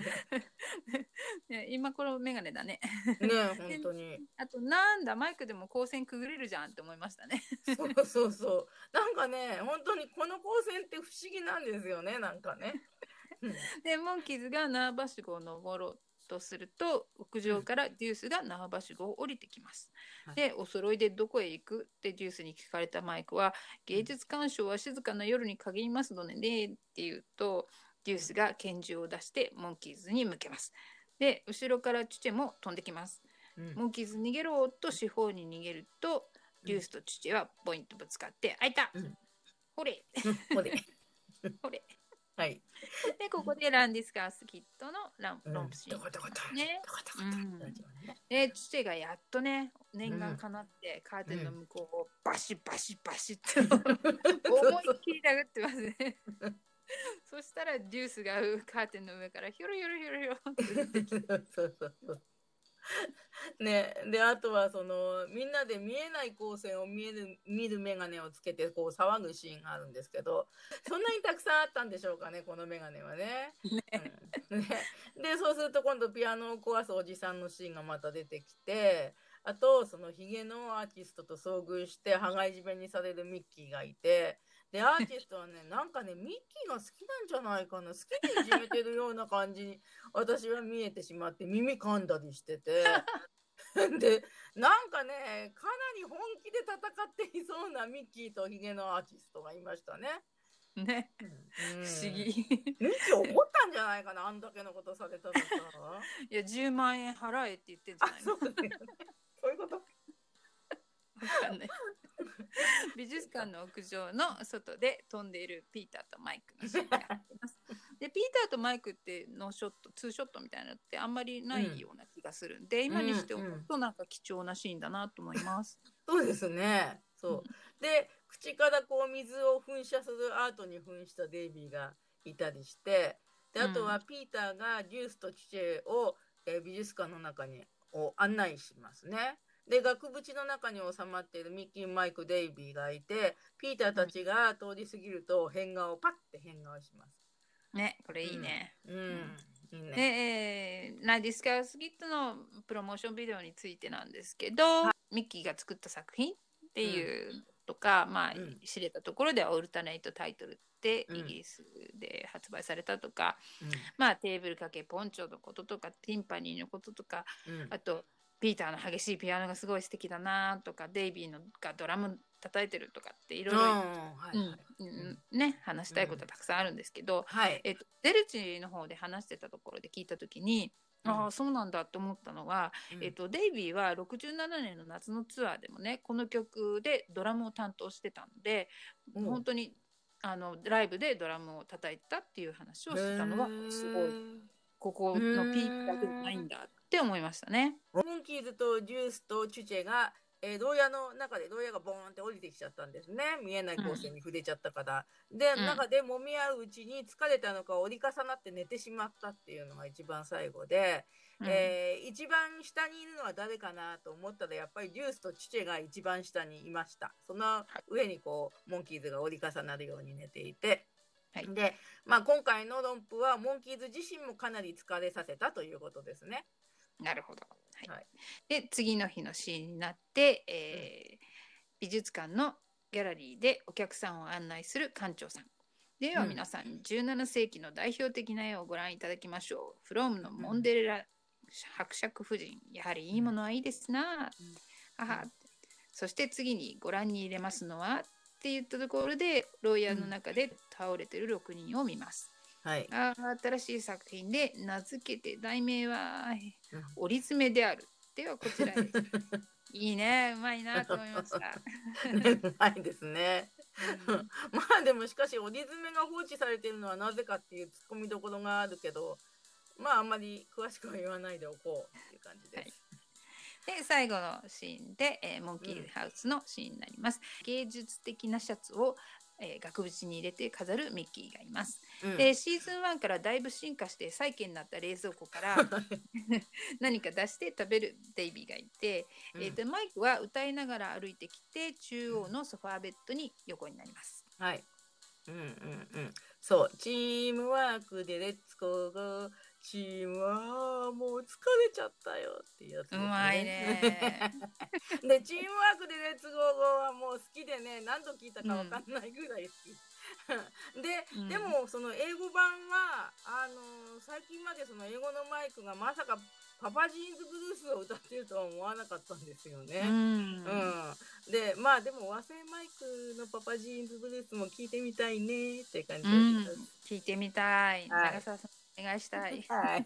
今このメガネだね。 ね本当に。 あとなんだマイクでも光線くぐれるじゃんって思いましたね。 そうそうそう。なんかね本当にこの光線って不思議なんですよねなんかね。 でモンキーズが縄ばしごを登ろうとすると屋上からデュースが縄ばしごを降りてきます。うん、でお揃いでどこへ行くってデュースに聞かれたマイクは芸術鑑賞は静かな夜に限りますのでねって言うとデュースが拳銃を出してモンキーズに向けます。で後ろからチュチェも飛んできます。うん、モンキーズ逃げろと四方に逃げるとデュースとチュチェはポイントぶつかって開いた、うん、ほれほれほれはい、 でここでランディスカースキットのラン、うん、ロンプシーンね。でチュチェがやっとね念願かなってカーテンの向こうをバシバシバシって思いっきり殴ってますね。そしたらデュースがカーテンの上からヒョロヒョロヒョロヒョロって出てきてそうそうそうね、であとはそのみんなで見えない光線を見える見る眼鏡をつけてこう騒ぐシーンがあるんですけどそんなにたくさんあったんでしょうかねこの眼鏡はね。ねうんねでそうすると今度ピアノを壊すおじさんのシーンがまた出てきてあとそのヒゲのアーティストと遭遇して羽交い締めにされるミッキーがいてでアーティストはねなんかねミッキーが好きなんじゃないかな好きでいじめてるような感じに私は見えてしまって耳噛んだりしててでなんかねかなり本気で戦っていそうなミッキーとヒゲのアーティストがいましたね。 ね、うん、不思議。 ミッキー怒ったんじゃないかなあんだけのことされたらさ。 いやじゅうまんえん払えって言ってんじゃないの。 そうだよね。そういうこと。わかんない。美術館の屋上の外で飛んでいるピーターとマイクのシーンがあります。 でピーターとマイクってノーショットツーショットみたいなのってあんまりないような気がするんで、うん、今にして思うとなんか貴重なシーンだなと思います。 そうですね。そう、うん、で口からこう水を噴射するアートに扮したデイビーがいたりして、であとはピーターがデュースとチチェを、えー、美術館の中にを案内しますね。で額縁の中に収まっているミッキー、マイク、デイビーがいて、ピーターたちが通り過ぎると変顔をパッて変顔します。 ね、これいいね。 うん、うんいいね。 で、えー、ナディスカウスギットのプロモーションビデオについてなんですけど、はい、ミッキーが作った作品っていうとか、うん、まあ、うん、知れたところではオルタネイトタイトルってイギリスで発売されたとか、うん、まあテーブル掛けポンチョのこととかティンパニーのこととか、うん、あとピーターの激しいピアノがすごい素敵だなとか、デイビーのがドラム叩いてるとかっていろいろね話したいことはたくさんあるんですけど、うんはいえっと、デルチの方で話してたところで聞いた時に、うん、ああそうなんだと思ったのは、うんえっと、デイビーはろくじゅうななねんの夏のツアーでもねこの曲でドラムを担当してたんで、うん、本当にあのライブでドラムを叩いたっていう話をしてたのはすごいここのピークだけじゃないんだって思いましたね。 モンキーズとジュースとチュチェが、えー、牢屋の中で牢屋がボーンって降りてきちゃったんですね。見えない光線に触れちゃったから、うん、で、うん、中で揉み合ううちに疲れたのか折り重なって寝てしまったっていうのが一番最後で、うんえー、一番下にいるのは誰かなと思ったらやっぱりジュースとチュチェが一番下にいました。その上にこうモンキーズが折り重なるように寝ていて、はい、で、まあ、今回の論布はモンキーズ自身もかなり疲れさせたということですね。 なるほど、はいはい、で次の日のシーンになって、えーうん、美術館のギャラリーでお客さんを案内する館長さんでは皆さん、うん、じゅうななせいきの代表的な絵をご覧いただきましょう。フロムのモンデレラ伯爵夫人、やはりいいものはいいですな、うん、ははそして次にご覧に入れますのはって言ったところで牢屋の中で倒れてるろくにんを見ます、はい、あ新しい作品で名付けて題名は折り詰めである。ではこちらへいいね、うまいなと思いました。 うまいですね、うん、まあでもしかし折り詰めが放置されているのはなぜかっていうツッコミどころがあるけど、まああんまり詳しくは言わないでおこうっていう感じです、 はい、で最後のシーンで、えー、モンキーハウスのシーンになります、うん、芸術的なシャツをえー、額縁に入れて飾るミッキーがいます、うん、でシーズンワンからだいぶ進化して再建になった冷蔵庫から何か出して食べるデイビーがいて、うん、えー、とマイクは歌いながら歩いてきて中央のソファーベッドに横になります、 はい、うんうんうん、そうチームワークでレッツゴーゴーチームはもう疲れちゃったよっていうやつですね。 うまいねでチームワークでレッツゴーゴーはもう好きでね何度聞いたか分かんないぐらい好き、うん、で、うん、でもその英語版はあのー、最近までその英語のマイクがまさかパパジーンズブルースを歌ってるとは思わなかったんですよね、うん、うん、でまあでも和製マイクのパパジーンズブルースも聞いてみたいねって感じです、うん、 聞いてみたい、はい、長澤さんお願いしたい。はい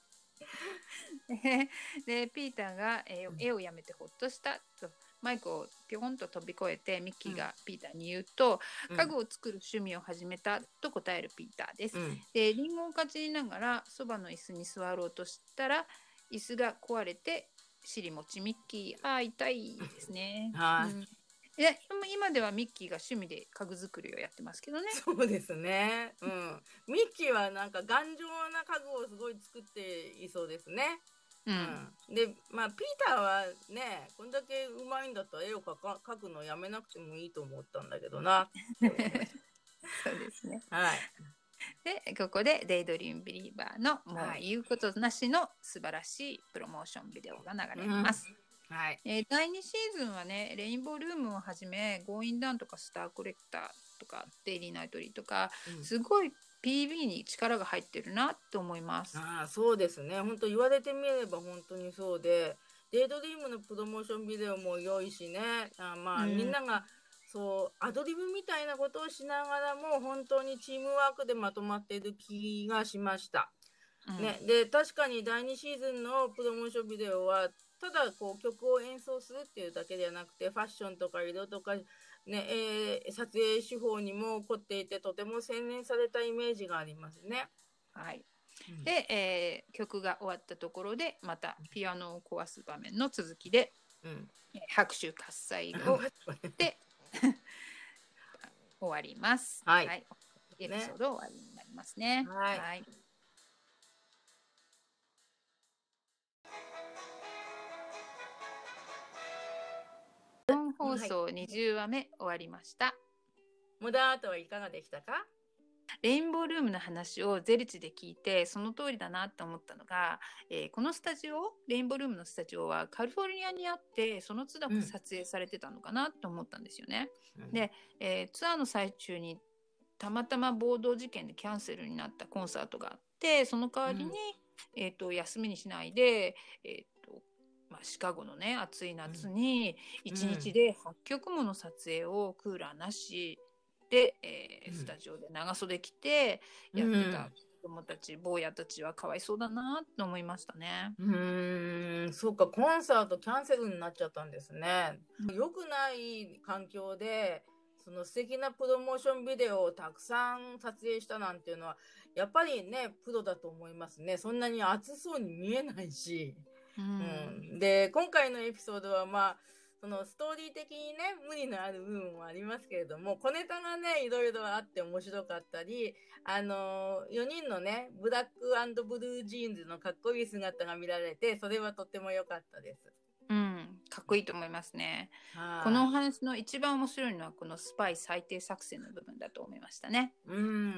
でピーターが、えー、絵をやめてほっとしたとマイクをピョンと飛び越えてミッキーがピーターに言うと、うん、家具を作る趣味を始めたと答えるピーターです、うん、でリンゴをかじりながらそばの椅子に座ろうとしたら椅子が壊れて尻餅ミッキーあー痛いですね、はい、うんいや今ではミッキーが趣味で家具作りをやってますけどね。 そうですね。うん。ミッキーはなんか頑丈な家具をすごい作っていそうですね。うん。うん、で、まあピーターはね、こんだけうまいんだったら絵を描か描くのやめなくてもいいと思ったんだけどな。 そうですね。はい。でここで「デイドリームビリーバー」のもう言うことなしの素晴らしいプロモーションビデオが流れます。うんはいえー、だいにシーズンはねレインボールームをはじめゴーインダウンとかスターコレクターとかデイリーナイトリーとか、うん、すごい ピーブイ に力が入ってるなって思います。 あそうですね本当言われてみれば本当にそうでデイドリームのプロモーションビデオも良いしねあまあ、うん、みんながそうアドリブみたいなことをしながらも本当にチームワークでまとまっている気がしました。うんね、で確かにだいにシーズンのプロモーションビデオはただこう曲を演奏するっていうだけではなくてファッションとか色とか、ねえー、撮影手法にも凝っていてとても洗練されたイメージがありますね。 はい。で、えー、曲が終わったところでまたピアノを壊す場面の続きで、うん、拍手喝采をで終わります。はい。はい、エピソード終わりになりますね。はい。はい、本放送にじゅうわめ終わりました。 モダンアートはいかがでしたか？ レインボールームの話をゼリチで聞いてその通りだなと思ったのが、えー、このスタジオレインボールームのスタジオはカリフォルニアにあってその都度撮影されてたのかなと思ったんですよね。うん、で、えー、ツアーの最中にたまたま暴動事件でキャンセルになったコンサートがあってその代わりに、うんえー、と休みにしないで、えーとまあ、シカゴのね暑い夏にいちにちではっきょくもの撮影をクーラーなしで、えー、スタジオで長袖着てやってた子供たち、うん、坊やたちはかわいそうだなと思いましたね。 うーん、そうか、コンサートキャンセルになっちゃったんですね。良くない環境でその素敵なプロモーションビデオをたくさん撮影したなんていうのはやっぱりねプロだと思いますね。そんなに暑そうに見えないし、うんうん、で今回のエピソードはまあそのストーリー的にね無理のある部分もありますけれども小ネタがねいろいろあって面白かったりあのー、よにんのねブラック&ブルージーンズのかっこいい姿が見られてそれはとっても良かったです。 うん、かっこいいと思いますね。このお話の一番面白いのはこのスパイ最低作戦の部分だと思いましたね。 うん、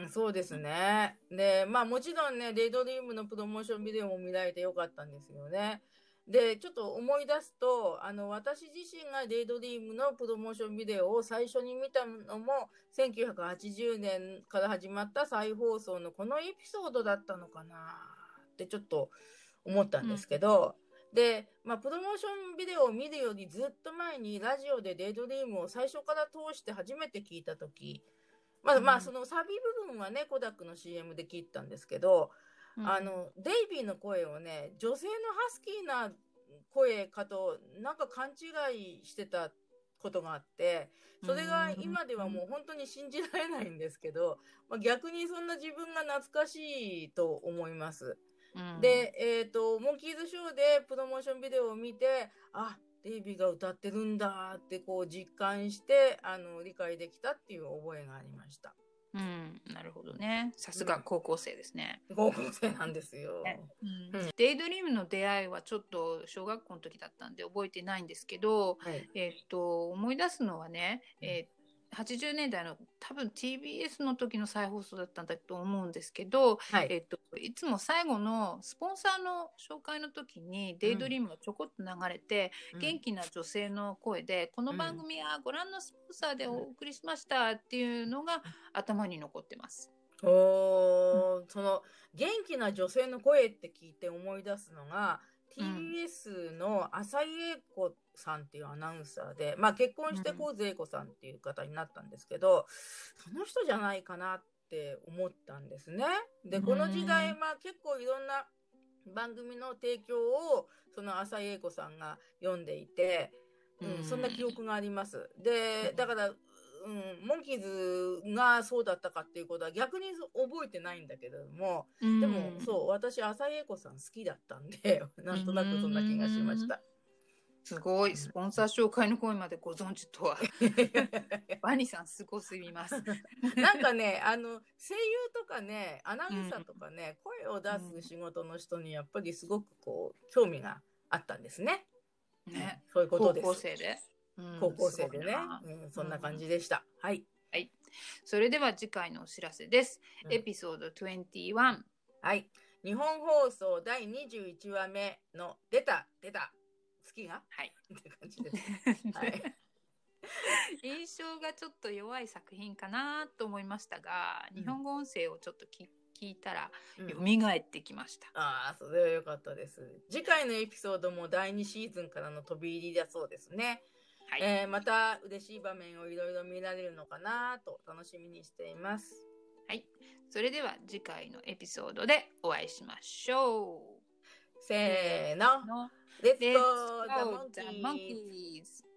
そうですね。で、まあもちろんねデイドリームのプロモーションビデオも見られてよかったんですよね。でちょっと思い出すとあの私自身がデイドリームのプロモーションビデオを最初に見たのもせんきゅうひゃくはちじゅうねんから始まった再放送のこのエピソードだったのかなってちょっと思ったんですけど、うん、で、まあ、プロモーションビデオを見るよりずっと前にラジオでデイドリームを最初から通して初めて聞いた時まあ、まあそのサビ部分はねコダックの シーエム で聞いたんですけどあのデイビーの声をね女性のハスキーな声かとなんか勘違いしてたことがあってそれが今ではもう本当に信じられないんですけど、まあ、逆にそんな自分が懐かしいと思います。うん、で、えーと、モンキーズショーでプロモーションビデオを見てあデイビーが歌ってるんだってこう実感してあの理解できたっていう覚えがありました。 うん、なるほどね。さすが高校生ですね。 うん、高校生なんですよ、ねうんうん。デイドリームの出会いはちょっと小学校の時だったんで覚えてないんですけど、はい、えっと思い出すのはね、えーはちじゅうねんだいの多分 ティービーエス の時の再放送だったんだと思うんですけど、はいえっと、いつも最後のスポンサーの紹介の時にデイドリームがちょこっと流れて、うん、元気な女性の声で、うん、この番組はご覧のスポンサーでお送りしましたっていうのが頭に残ってます。 おー、うん、その元気な女性の声って聞いて思い出すのがティービーエス の浅井英子さんっていうアナウンサーで、まあ結婚して神津英子さんっていう方になったんですけど、その人じゃないかなって思ったんですね。で、この時代、まあ結構いろんな番組の提供をその浅井英子さんが読んでいて、うん、そんな記憶があります。で、だから、うん、モンキーズがそうだったかっていうことは逆に覚えてないんだけれども、うん、でもそう私浅井英子さん好きだったんでなんとなくそんな気がしました。 すごいスポンサー紹介の声までご存知とはバニさんすごすぎますなんかねあの声優とかねアナウンサーとかね、うん、声を出す仕事の人にやっぱりすごくこう興味があったんですね。 ね、 そういうことです。 高校生でうん、高校生でね、うん、そんな感じでした、うん、はい、 はい、それでは次回のお知らせです、うん、エピソードにじゅういちはい日本放送だいにじゅういちわめの出た出た月がはいって感じです、はい、 印象がちょっと弱い作品かなと思いましたが、うん、日本語音声をちょっと聞聞いたら蘇ってきました、 うん、ああそれは良かったです。次回のエピソードもだいにシーズンからの飛び入りだそうですね。はいえー、また嬉しい場面をいろいろ見られるのかなと楽しみにしています。 はい、それでは次回のエピソードでお会いしましょう。 せーの、Let's go the monkeys!